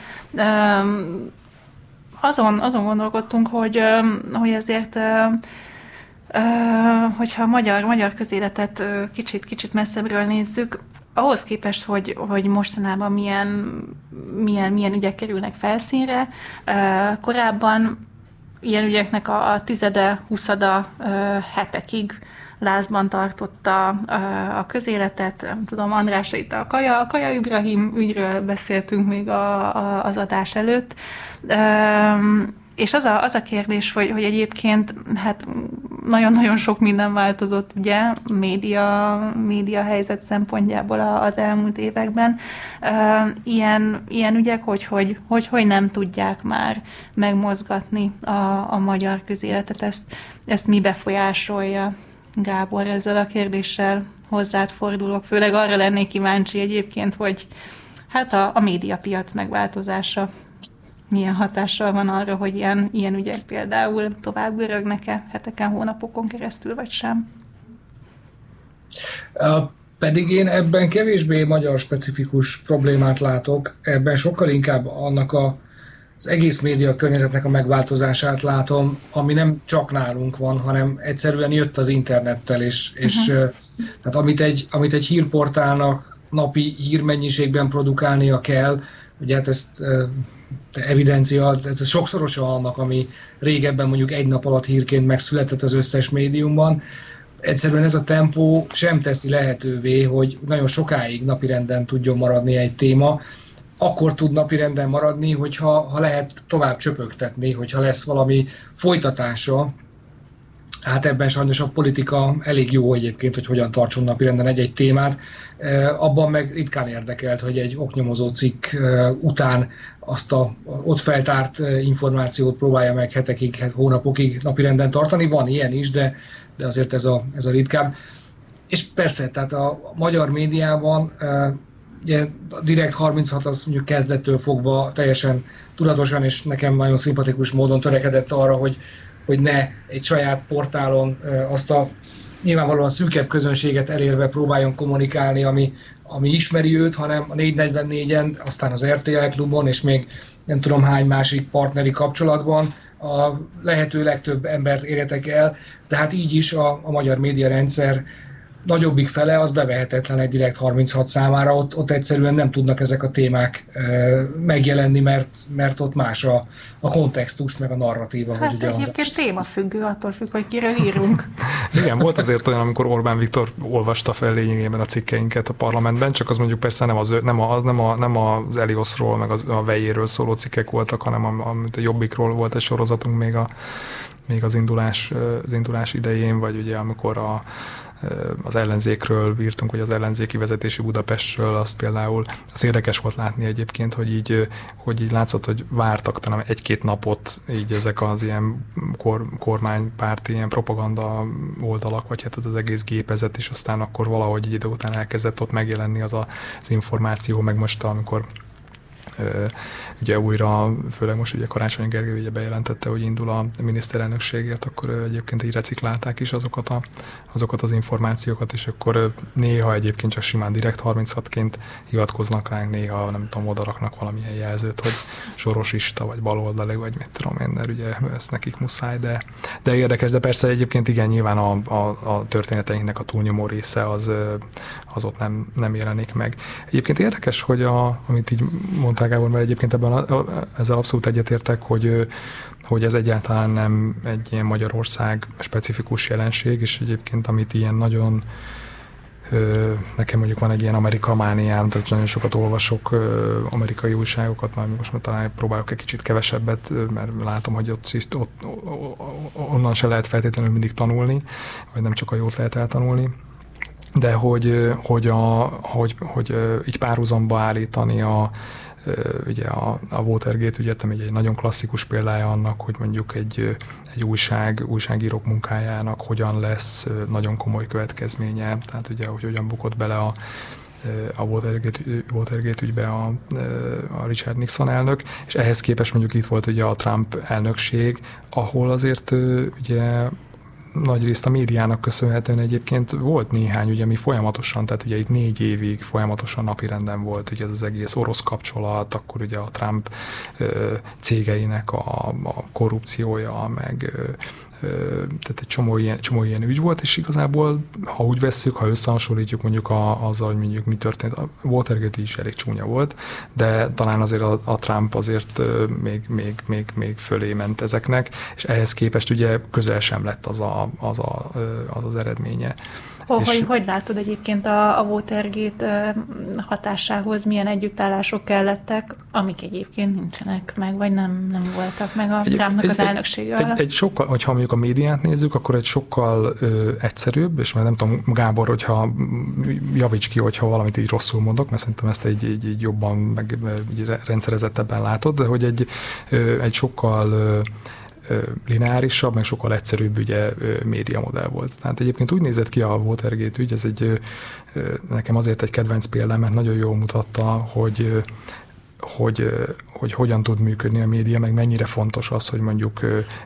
S1: Azon gondolkodtunk, hogy ezért, hogyha a magyar közéletet kicsit messzebbről nézzük, ahhoz képest, hogy mostanában milyen ügyek kerülnek felszínre, korábban ilyen ügyeknek a tizede, huszada hetekig lázban tartotta a közéletet. Nem tudom, Andrásra itt a Kaja Ibrahim ügyről beszéltünk még az adás előtt. És az a kérdés, hogy egyébként hát nagyon-nagyon sok minden változott, ugye, média helyzet szempontjából az elmúlt években. Ilyen ügyek, hogy nem tudják már megmozgatni a magyar közéletet, ezt mi befolyásolja? Gábor, ezzel a kérdéssel hozzád fordulok, főleg arra lennék kíváncsi egyébként, hogy hát a médiapiac megváltozása milyen hatással van arra, hogy ilyen ügyek például tovább görögnek-e heteken, hónapokon keresztül, vagy sem?
S4: Pedig én ebben kevésbé magyar specifikus problémát látok, ebben sokkal inkább annak az egész média környezetnek a megváltozását látom, ami nem csak nálunk van, hanem egyszerűen jött az internettel, és tehát amit egy hírportálnak napi hírmennyiségben produkálnia kell, ugye hát ezt evidencia, ez sokszorosa annak, ami régebben mondjuk egy nap alatt hírként megszületett az összes médiumban. Egyszerűen ez a tempó sem teszi lehetővé, hogy nagyon sokáig napirenden tudjon maradni egy téma. Akkor tud napirenden maradni, hogyha lehet tovább csöpögtetni, hogyha lesz valami folytatása. Hát ebben sajnos a politika elég jó egyébként, hogy hogyan tartson napirenden egy-egy témát. Abban meg ritkán érdekelt, hogy egy oknyomozó cikk után azt a ott feltárt információt próbálja meg hetekig, hónapokig napirenden tartani. Van ilyen is, de azért ez a ritkább. És persze, tehát a magyar médiában ugye a Direkt 36 az mondjuk kezdettől fogva teljesen tudatosan és nekem nagyon szimpatikus módon törekedett arra, hogy ne egy saját portálon azt a nyilvánvalóan szűkebb közönséget elérve próbáljon kommunikálni, ami ismeri őt, hanem a 444-en, aztán az RTL Klubon, és még nem tudom hány másik partneri kapcsolatban a lehető legtöbb embert érjetek el, de hát így is a magyar médiarendszer nagyobbik fele az bevehetetlen egy Direkt 36 számára, ott egyszerűen nem tudnak ezek a témák megjelenni, mert ott más a kontextus, meg a narratíva.
S1: Hát egyébként témafüggő, attól függ, hogy kiről írunk.
S2: Igen, volt azért olyan, amikor Orbán Viktor olvasta fel lényegében a cikkeinket a parlamentben, csak az mondjuk persze nem az Elioszról, meg a Vejéről szóló cikkek voltak, hanem a Jobbikról volt egy sorozatunk még az indulás idején, vagy ugye amikor az ellenzékről írtunk, vagy az ellenzéki vezetésű Budapestről, azt például az érdekes volt látni egyébként, hogy így látszott, hogy vártak talán egy-két napot így ezek az ilyen kormánypárti ilyen propaganda oldalak, vagy hát az egész gépezet, és aztán akkor valahogy idő után elkezdett ott megjelenni az információ, meg most amikor ugye újra, főleg most ugye Karácsony Gergely ugye bejelentette, hogy indul a miniszterelnökségért, akkor egyébként így reciklálták is azokat az információkat, és akkor néha egyébként csak simán Direkt 36-ként hivatkoznak ránk, néha nem tudom, odaraknak valamilyen jelzőt, hogy sorosista, vagy baloldali, vagy mit tudom én, mert ugye ez nekik muszáj, de érdekes, de persze egyébként igen, nyilván a történeteinknek a túlnyomó része az ott nem jelenik meg. Egyébként érdekes, hogy amit így mondták, Gábor, mert egyébként ezzel abszolút egyetértek, hogy ez egyáltalán nem egy ilyen Magyarország specifikus jelenség, és egyébként amit ilyen nagyon nekem mondjuk van egy ilyen Amerika mániám, tehát nagyon sokat olvasok amerikai újságokat, már most talán próbálok egy kicsit kevesebbet, mert látom, hogy ott onnan se lehet feltétlenül mindig tanulni, vagy nem csak a jót lehet eltanulni. De hogy így párhuzamba állítani ugye a Watergate ügyet, ami egy nagyon klasszikus példája annak, hogy mondjuk egy újságírók munkájának hogyan lesz nagyon komoly következménye, tehát ugye, hogy hogyan bukott bele a Watergate ügybe a Richard Nixon elnök, és ehhez képest mondjuk itt volt ugye a Trump elnökség, ahol azért ugye nagyrészt a médiának köszönhetően egyébként volt néhány, ugye mi folyamatosan, tehát ugye itt 4 évig folyamatosan napirenden volt ugye ez az egész orosz kapcsolat, akkor ugye a Trump cégeinek a korrupciója, meg tehát egy csomó ilyen ügy volt, és igazából, ha úgy vesszük, ha összehasonlítjuk mondjuk azzal, hogy mondjuk mi történt, a Watergate is elég csúnya volt, de talán azért a Trump azért még fölé ment ezeknek, és ehhez képest ugye közel sem lett az eredménye.
S1: Hogy látod egyébként a Watergate hatásához milyen együttállások kellettek, amik egyébként nincsenek meg, vagy nem voltak meg a Trumpnak az elnöksége alatt?
S2: Egy sokkal, hogyha mondjuk a médiát nézzük, akkor egy sokkal egyszerűbb, és már nem tudom, Gábor, hogyha javíts ki, hogyha valamit így rosszul mondok, mert szerintem ezt így jobban, meg így rendszerezettebben látod, de hogy egy sokkal lineárisabb, meg sokkal egyszerűbb ugye médiamodell volt. Tehát egyébként úgy nézett ki a Watergate ügy, ez nekem azért egy kedvenc példám, mert nagyon jól mutatta, hogy hogyan tud működni a média, meg mennyire fontos az, hogy mondjuk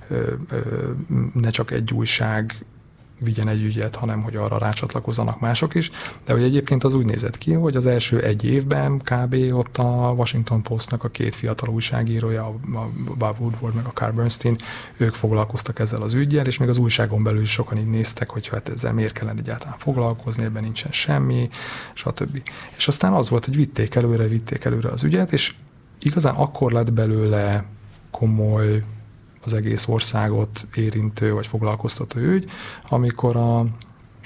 S2: ne csak egy újság vigyen egy ügyet, hanem hogy arra rácsatlakozzanak mások is. De hogy egyébként az úgy nézett ki, hogy az első 1 évben kb. Ott a Washington Postnak a 2 fiatal újságírója, a Bob Woodward meg a Carl Bernstein, ők foglalkoztak ezzel az üggyel, és még az újságon belül is sokan így néztek, hogy hát ezzel miért kellene egyáltalán foglalkozni, ebben nincsen semmi, stb. És aztán az volt, hogy vitték előre az ügyet, és igazán akkor lett belőle komoly, az egész országot érintő vagy foglalkoztató ügy, amikor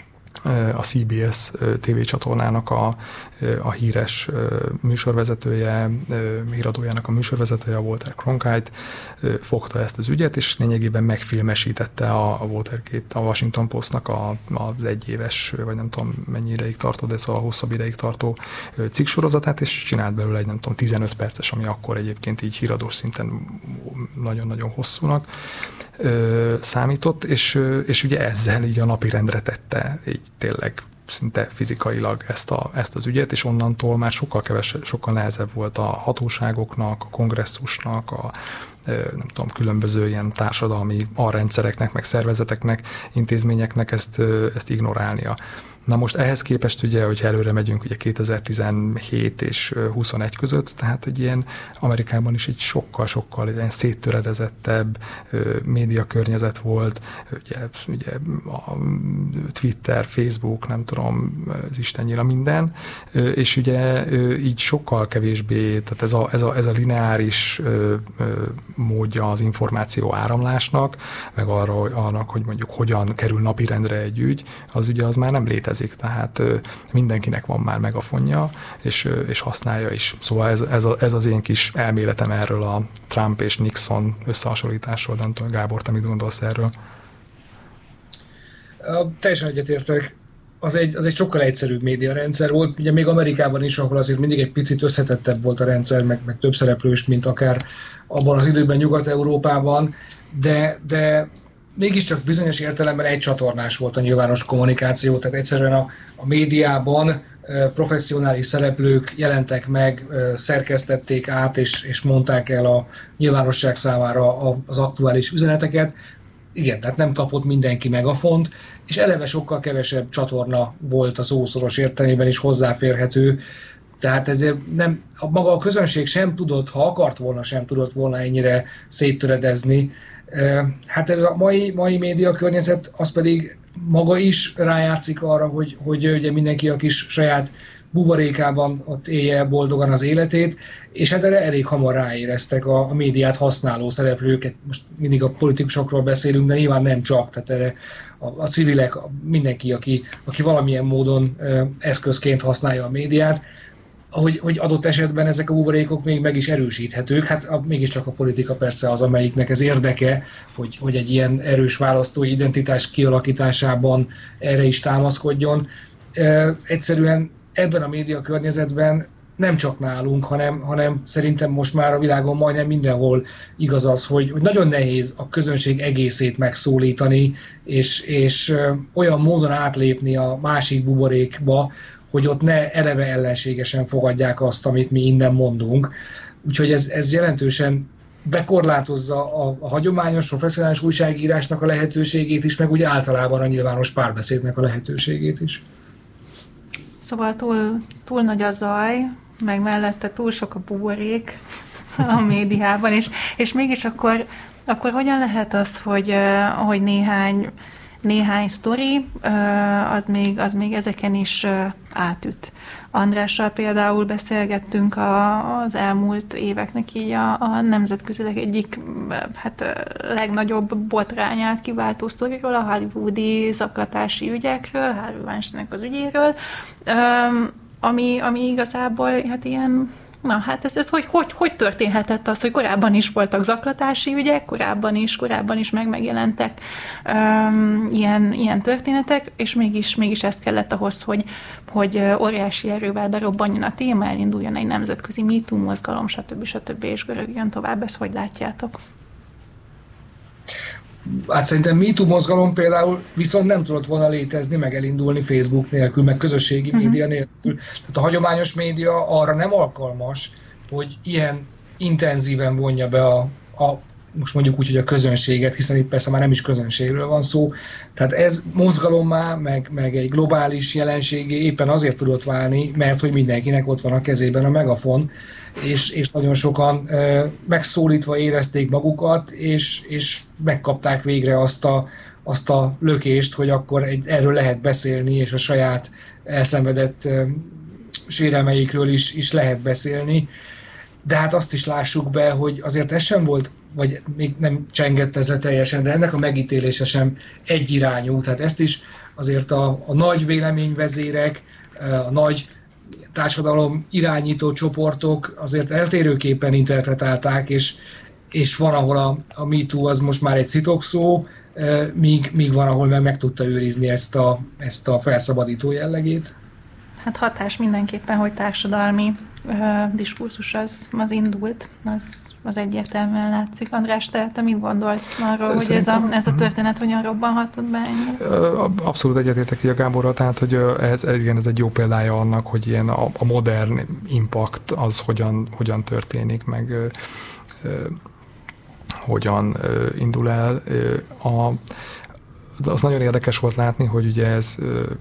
S2: a CBS tévécsatornának a híres műsorvezetője, híradójának a műsorvezetője, a Walter Cronkite fogta ezt az ügyet, és lényegében megfilmesítette a Watergate, a Washington Postnak az egyéves, vagy nem tudom mennyi ideig tartó, de szóval hosszabb ideig tartó cikksorozatát, és csinált belőle egy nem tudom 15 perces, ami akkor egyébként így híradós szinten nagyon-nagyon hosszúnak számított, és ugye ezzel így a napirendre tette így tényleg szinte fizikailag ezt az ügyet, és onnantól már sokkal nehezebb volt a hatóságoknak, a kongresszusnak, nem tudom, különböző ilyen társadalmi alrendszereknek, meg szervezeteknek, intézményeknek ezt ignorálnia. Na most ehhez képest ugye, hogyha előre megyünk ugye 2017 és 21 között, tehát egy ilyen Amerikában is egy sokkal ilyen széttöredezettebb médiakörnyezet volt, ugye a Twitter, Facebook, nem tudom, az istennyira minden, és ugye így sokkal kevésbé, tehát ez a lineáris módja az információ áramlásnak, meg annak, hogy mondjuk hogyan kerül napirendre egy ügy, az ugye az már nem létezik. Tehát mindenkinek van már megafonja, és használja is. Szóval ez az én kis elméletem erről a Trump és Nixon összehasonlításról. Nem tudom, Gábor, te mit gondolsz erről?
S4: Teljesen egyetértek. Az egy sokkal egyszerűbb médiarendszer volt. Ugye még Amerikában is, ahol azért mindig egy picit összetettebb volt a rendszer, meg több szereplős, mint akár abban az időben Nyugat-Európában, de mégiscsak bizonyos értelemben egy csatornás volt a nyilvános kommunikáció, tehát egyszerűen a médiában professzionális szereplők jelentek meg, szerkesztették át és mondták el a nyilvánosság számára az aktuális üzeneteket. Igen, tehát nem kapott mindenki megafont, és eleve sokkal kevesebb csatorna volt az szószoros értelmében is hozzáférhető, tehát ezért maga a közönség sem tudott, ha akart volna, sem tudott volna ennyire széttöredezni. Hát a mai média környezet az pedig maga is rájátszik arra, hogy ugye mindenki a kis saját buborékában ott élje boldogan az életét, és hát erre elég hamar ráéreztek a médiát használó szereplőket. Most mindig a politikusokról beszélünk, de nyilván nem csak, tehát erre a civilek, mindenki, aki valamilyen módon eszközként használja a médiát, hogy adott esetben ezek a buborékok még meg is erősíthetők. Hát mégiscsak a politika persze az, amelyiknek ez érdeke, hogy egy ilyen erős választói identitás kialakításában erre is támaszkodjon. Egyszerűen ebben a média környezetben nem csak nálunk, hanem szerintem most már a világon majdnem mindenhol igaz az, hogy nagyon nehéz a közönség egészét megszólítani, és olyan módon átlépni a másik buborékba, hogy ott ne eleve ellenségesen fogadják azt, amit mi innen mondunk. Úgyhogy ez jelentősen bekorlátozza a hagyományos, professzionális újságírásnak a lehetőségét is, meg úgy általában a nyilvános párbeszédnek a lehetőségét is.
S1: Szóval túl nagy a zaj, meg mellette túl sok a buborék a médiában, és mégis akkor hogyan lehet az, hogy néhány sztori, az még ezeken is átüt. Andrással például beszélgettünk az elmúlt éveknek így a nemzetközileg egyik legnagyobb botrányát kiváltó sztoriról, a hollywoodi zaklatási ügyekről, Harvey Weinsteinnek az ügyéről, ami igazából hát ilyen. Na, hát ez hogy történhetett az, hogy korábban is voltak zaklatási ügyek, korábban is megjelentek ilyen történetek, és mégis ez kellett ahhoz, hogy óriási erővel berobbanjon a téma, elinduljon egy nemzetközi MeToo mozgalom, stb. És görögjön tovább. Ezt hogy látjátok?
S4: Hát szerintem MeToo mozgalom például viszont nem tudott volna létezni, meg elindulni Facebook nélkül, meg közösségi média nélkül. Tehát a hagyományos média arra nem alkalmas, hogy ilyen intenzíven vonja be most mondjuk úgy, hogy a közönséget, hiszen itt persze már nem is közönségről van szó. Tehát ez mozgalommá, meg egy globális jelenségé éppen azért tudott válni, mert hogy mindenkinek ott van a kezében a megafon, és nagyon sokan megszólítva érezték magukat, és megkapták végre azt a lökést, hogy akkor erről lehet beszélni, és a saját elszenvedett sérelmeikről is lehet beszélni. de hát azt is lássuk be, hogy azért ez sem volt, vagy még nem csengett ez le teljesen, de ennek a megítélése sem egyirányú. Tehát ezt is azért a nagy véleményvezérek, a nagy társadalom irányító csoportok azért eltérőképpen interpretálták, és van, ahol a MeToo az most már egy szitokszó, míg van, ahol meg tudta őrizni ezt a felszabadító jellegét.
S1: Hát hatás mindenképpen, hogy társadalmi diskurzus az indult, az egyértelműen látszik. András, te mit gondolsz arról, hogy ez a történet hogyan robbanhatott be ennyire?
S2: Abszolút egyetértek a Gáborral, tehát hogy ez egy jó példája annak, hogy ilyen a modern impact az hogyan történik, meg hogyan indul el. Az nagyon érdekes volt látni, hogy ugye ez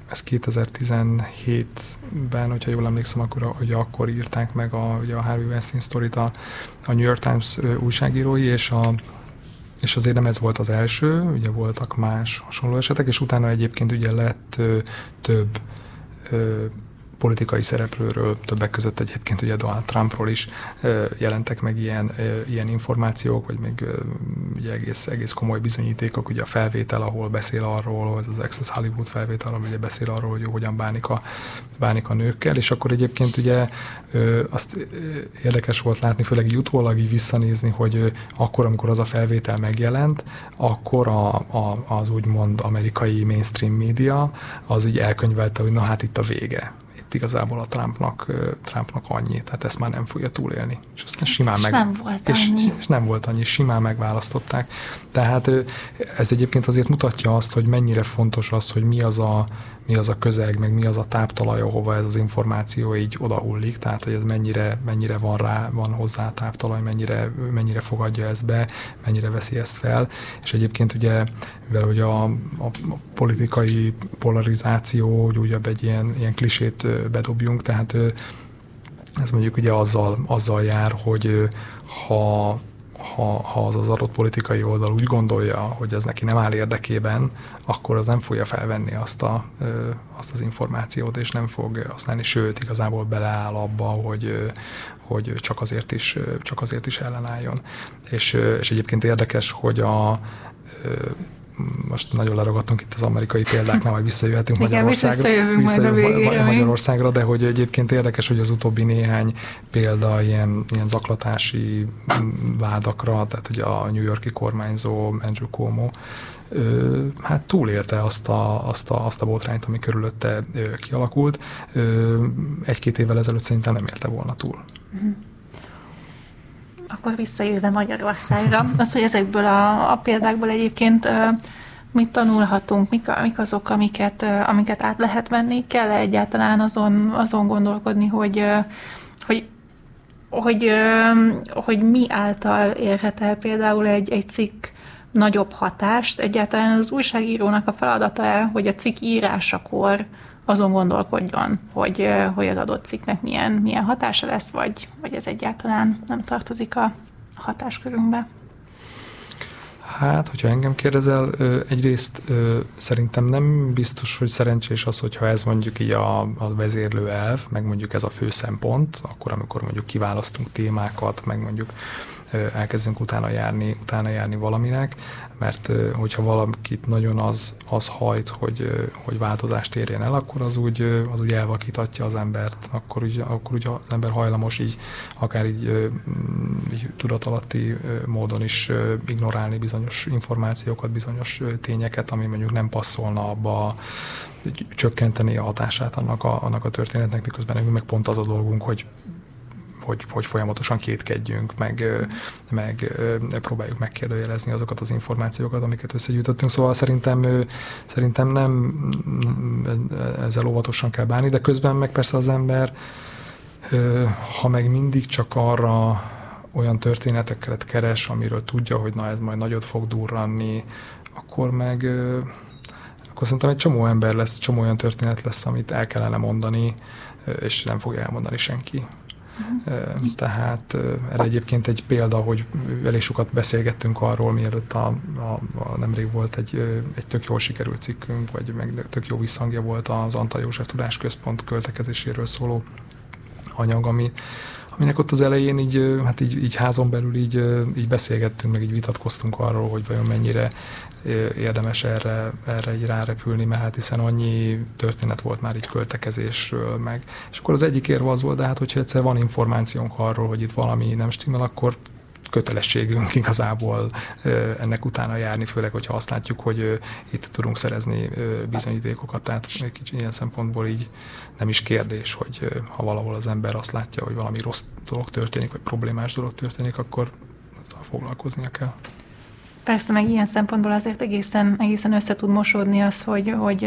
S2: 2017-ben, hogyha jól emlékszem, akkor írták meg ugye a Harvey Weinstein sztorit a New York Times újságírói, és azért nem ez volt az első, ugye voltak más hasonló esetek, és utána egyébként ugye lett több politikai szereplőről, többek között egyébként ugye Donald Trumpról is jelentek meg ilyen információk, vagy még ugye egész komoly bizonyítékok, ugye a felvétel, ahol beszél arról, ez az Access Hollywood felvétel, ahol ugye beszél arról, hogy hogyan bánik a nőkkel, és akkor egyébként ugye azt érdekes volt látni, főleg így utólag így visszanézni, hogy akkor, amikor az a felvétel megjelent, akkor az úgymond amerikai mainstream média az így elkönyvelte, hogy na hát itt a vége. Igazából a Trumpnak annyi, tehát ezt már nem fogja túlélni. És aztán simán nem volt annyi, simán megválasztották. Tehát ez egyébként azért mutatja azt, hogy mennyire fontos az, hogy mi az a közeg, meg mi az a táptalaj, ahova ez az információ így odahullik, tehát hogy ez mennyire van hozzá táptalaj, mennyire fogadja ezt be, mennyire veszi ezt fel, és egyébként ugye, mivel hogy a politikai polarizáció, hogy újabb egy ilyen klisét bedobjunk, tehát ez mondjuk ugye azzal jár, hogy ha az adott politikai oldal úgy gondolja, hogy ez neki nem áll érdekében, akkor az nem fogja felvenni azt az információt, és nem fog használni, sőt, igazából beleáll abba, hogy csak azért is ellenálljon. És egyébként érdekes, hogy most nagyon leragadtunk itt az amerikai példáknál, majd visszajöhetünk Magyarországra, de hogy egyébként érdekes, hogy az utóbbi néhány példa ilyen zaklatási vádakra, tehát ugye a New York-i kormányzó Andrew Cuomo hát túlélte azt a botrányt, ami körülötte kialakult. 1-2 évvel ezelőtt szerintem nem élte volna túl.
S1: Akkor visszajövve Magyarországra, az, hogy ezekből a példákból egyébként mit tanulhatunk, mik azok, amiket át lehet venni, kell egyáltalán azon gondolkodni, hogy mi által érhet el például egy cikk nagyobb hatást, egyáltalán az újságírónak a feladata, hogy a cikk írásakor azon gondolkodjon, hogy az adott cikknek milyen hatása lesz, vagy ez egyáltalán nem tartozik a hatáskörünkbe.
S2: Hát, hogyha engem kérdezel, egyrészt szerintem nem biztos, hogy szerencsés az, hogyha ez mondjuk így a vezérlő elv, meg mondjuk ez a fő szempont, akkor amikor mondjuk kiválasztunk témákat, meg mondjuk elkezdünk utána járni valaminek, mert hogyha valakit nagyon az hajt, hogy változást érjen el, akkor az úgy elvakítatja az embert, akkor úgy az ember hajlamos így, akár így tudatalatti módon is ignorálni bizonyos információkat, bizonyos tényeket, ami mondjuk nem passzolna abba, csökkenteni a hatását annak a történetnek, miközben meg pont az a dolgunk, hogy folyamatosan kétkedjünk, meg próbáljuk megkérdőjelezni azokat az információkat, amiket összegyűjtöttünk. Szóval szerintem nem ezzel óvatosan kell bánni, de közben meg persze az ember, ha meg mindig csak arra olyan történeteket keres, amiről tudja, hogy na ez majd nagyot fog durranni, akkor szerintem egy csomó ember lesz, csomó olyan történet lesz, amit el kellene mondani, és nem fogja elmondani senki. Tehát erre egyébként egy példa, hogy elég sokat beszélgettünk arról, mielőtt nemrég volt egy tök jól sikerült cikkünk, vagy meg tök jó visszhangja volt az Antal József Tudásközpont költekezéséről szóló anyag, aminek ott az elején így házon belül így beszélgettünk, meg így vitatkoztunk arról, hogy vajon mennyire érdemes erre így rárepülni, mert hát hiszen annyi történet volt már így költekezésről, meg. És akkor az egyik érve az volt, de hát hogyha egyszer van információnk arról, hogy itt valami nem stimmel, akkor kötelességünk igazából ennek utána járni, főleg, hogyha azt látjuk, hogy itt tudunk szerezni bizonyítékokat, tehát egy kicsit ilyen szempontból így nem is kérdés, hogy ha valahol az ember azt látja, hogy valami rossz dolog történik, vagy problémás dolog történik, akkor azzal foglalkoznia kell.
S1: Persze, meg ilyen szempontból azért egészen össze tud mosódni az, hogy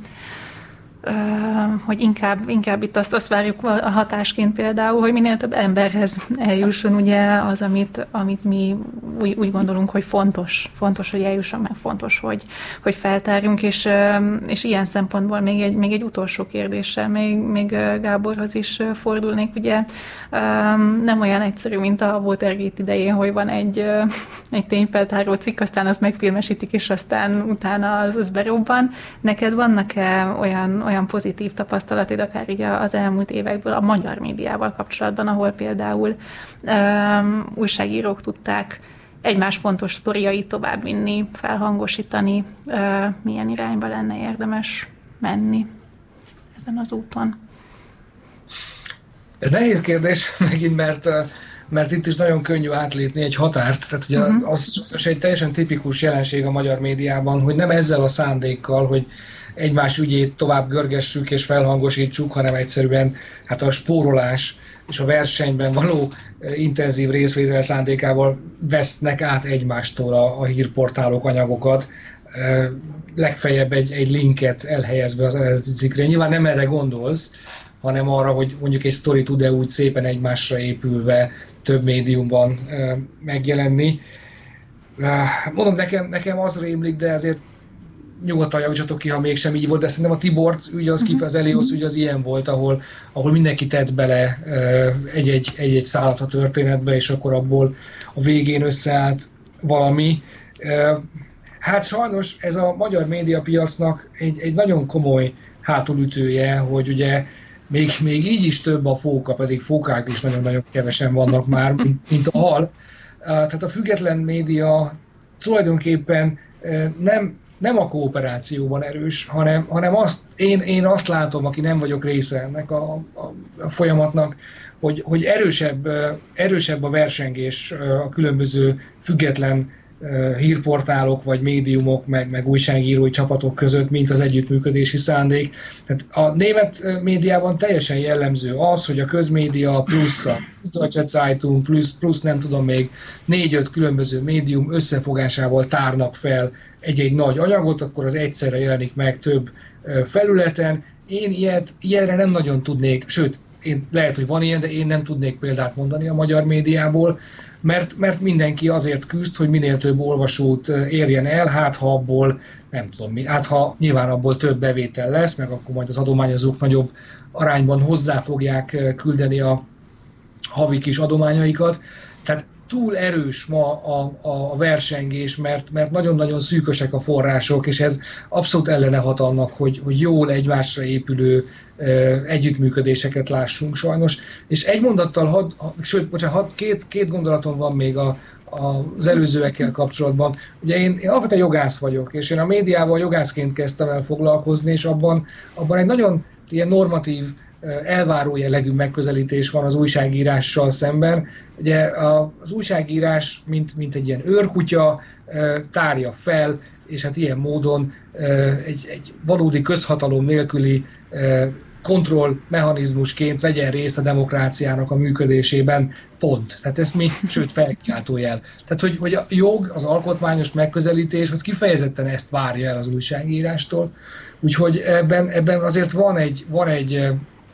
S1: inkább itt azt várjuk a hatásként például, hogy minél több emberhez eljusson ugye az, amit mi úgy gondolunk, hogy fontos, hogy eljusson, meg fontos, hogy feltárjunk, és ilyen szempontból még egy utolsó kérdéssel még Gáborhoz is fordulnék, ugye nem olyan egyszerű, mint a Watergate idején, hogy van egy tényfeltáró cikk, aztán azt megfilmesítik, és aztán utána az berobban. Neked vannak-e olyan pozitív tapasztalatid, akár így az elmúlt évekből a magyar médiával kapcsolatban, ahol például újságírók tudták egymás fontos sztoriait továbbvinni, felhangosítani, milyen irányba lenne érdemes menni ezen az úton?
S4: Ez nehéz kérdés megint, mert itt is nagyon könnyű átlépni egy határt. Tehát ugye az egy teljesen tipikus jelenség a magyar médiában, hogy nem ezzel a szándékkal, hogy egymás ügyét tovább görgessük és felhangosítsuk, hanem egyszerűen hát a spórolás és a versenyben való intenzív részvétel szándékával vesznek át egymástól a hírportálok anyagokat, legfeljebb egy linket elhelyezve az eredeti cikkre. Nyilván nem erre gondolsz, hanem arra, hogy mondjuk egy sztori tud-e úgy szépen egymásra épülve több médiumban megjelenni. Mondom, nekem az rémlik, de azért nyugodtan javítsatok ki, ha mégsem így volt, de szerintem a Tiborcs ügy, az Elios ügy az ilyen volt, ahol mindenki tett bele egy szállat a történetbe, és akkor abból a végén összeállt valami. Hát sajnos ez a magyar médiapiacnak egy nagyon komoly hátulütője, hogy ugye még így is több a fóka, pedig fókák is nagyon-nagyon kevesen vannak már, mint a hal. Tehát a független média tulajdonképpen nem a kooperációban erős, hanem én azt látom, aki nem vagyok része ennek a folyamatnak, hogy erősebb a versengés a különböző független hírportálok, vagy médiumok, meg újságírói csapatok között, mint az együttműködési szándék. Tehát a német médiában teljesen jellemző az, hogy a közmédia plusz a Deutsche Zeitung, plusz nem tudom még 4-5 különböző médium összefogásával tárnak fel egy nagy anyagot, akkor az egyszerre jelenik meg több felületen. Én ilyenre nem nagyon tudnék, sőt, lehet, hogy van ilyen, de én nem tudnék példát mondani a magyar médiából, mert mindenki azért küzd, hogy minél több olvasót érjen el, hát ha abból, nem tudom mi, hát ha nyilván abból több bevétel lesz, meg akkor majd az adományozók nagyobb arányban hozzá fogják küldeni a havi kis adományaikat. Tehát túl erős ma a versengés, mert nagyon-nagyon szűkösek a források, és ez abszolút ellene hat annak, hogy jól egymásra épülő együttműködéseket lássunk sajnos. És egy mondattal, két gondolatom van még az előzőekkel kapcsolatban. Ugye én alapvetően jogász vagyok, és én a médiával jogászként kezdtem el foglalkozni, és abban egy nagyon ilyen normatív, elváró jellegű megközelítés van az újságírással szemben. Ugye az újságírás, mint egy ilyen őrkutya, tárja fel, és hát ilyen módon egy valódi közhatalom nélküli kontrollmechanizmusként vegyen részt a demokráciának a működésében, pont. Tehát ezt mi, sőt felkiáltójel. Tehát, hogy a jog, az alkotmányos megközelítés, az kifejezetten ezt várja el az újságírástól. Úgyhogy ebben azért van egy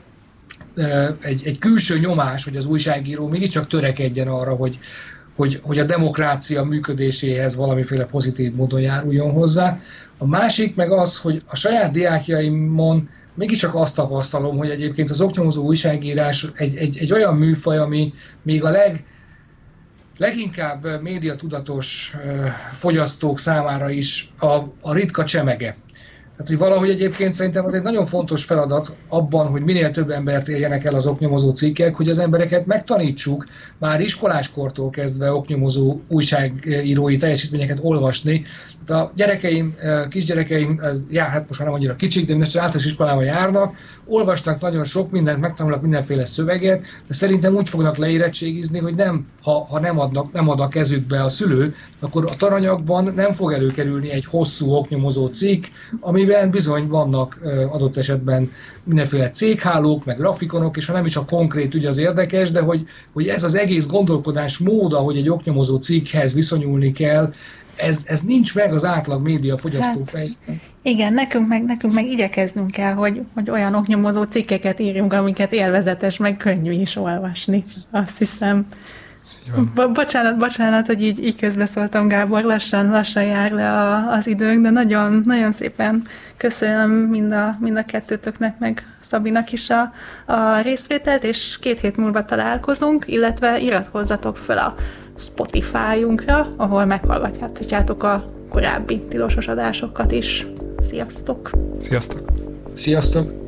S4: külső nyomás, hogy az újságíró mégiscsak törekedjen arra, hogy a demokrácia működéséhez valamiféle pozitív módon járuljon hozzá. A másik meg az, hogy a saját diákjaimon mégiscsak azt tapasztalom, hogy egyébként az oknyomozó újságírás egy olyan műfaj, ami még a leginkább médiatudatos fogyasztók számára is a ritka csemege. Tehát, hogy valahogy egyébként szerintem az egy nagyon fontos feladat abban, hogy minél több embert érjenek el az oknyomozó cikkek, hogy az embereket megtanítsuk már iskoláskortól kezdve oknyomozó újságírói teljesítményeket olvasni. Tehát a gyerekeim, kisgyerekeim, hát most már nem annyira kicsik, de most általános iskolában járnak, olvasnak nagyon sok mindent, megtanulnak mindenféle szöveget, de szerintem úgy fognak leérettségizni, hogy ha nem ad a kezükbe a szülő, akkor a tananyagban nem fog előkerülni egy hosszú oknyomozó cikk, amiben bizony vannak adott esetben mindenféle céghálók, meg grafikonok, és ha nem is a konkrét ügy az érdekes, de hogy ez az egész gondolkodás mód, ahogy egy oknyomozó cikkhez viszonyulni kell, ez nincs meg az átlag média fogyasztó fejében.
S1: Igen, nekünk meg igyekeznünk kell, hogy olyan oknyomozó cikkeket írjunk, amiket élvezetes, meg könnyű is olvasni. Azt hiszem. Bocsánat, hogy így közbeszóltam, Gábor, lassan jár le az időnk, de nagyon, nagyon szépen köszönöm mind a kettőtöknek, meg Szabinak is a részvételt, és 2 hét múlva találkozunk, illetve iratkozzatok fel a Spotify-unkra, ahol meghallgathatjátok a korábbi tilosos adásokat is. Sziasztok!
S2: Sziasztok!
S4: Sziasztok!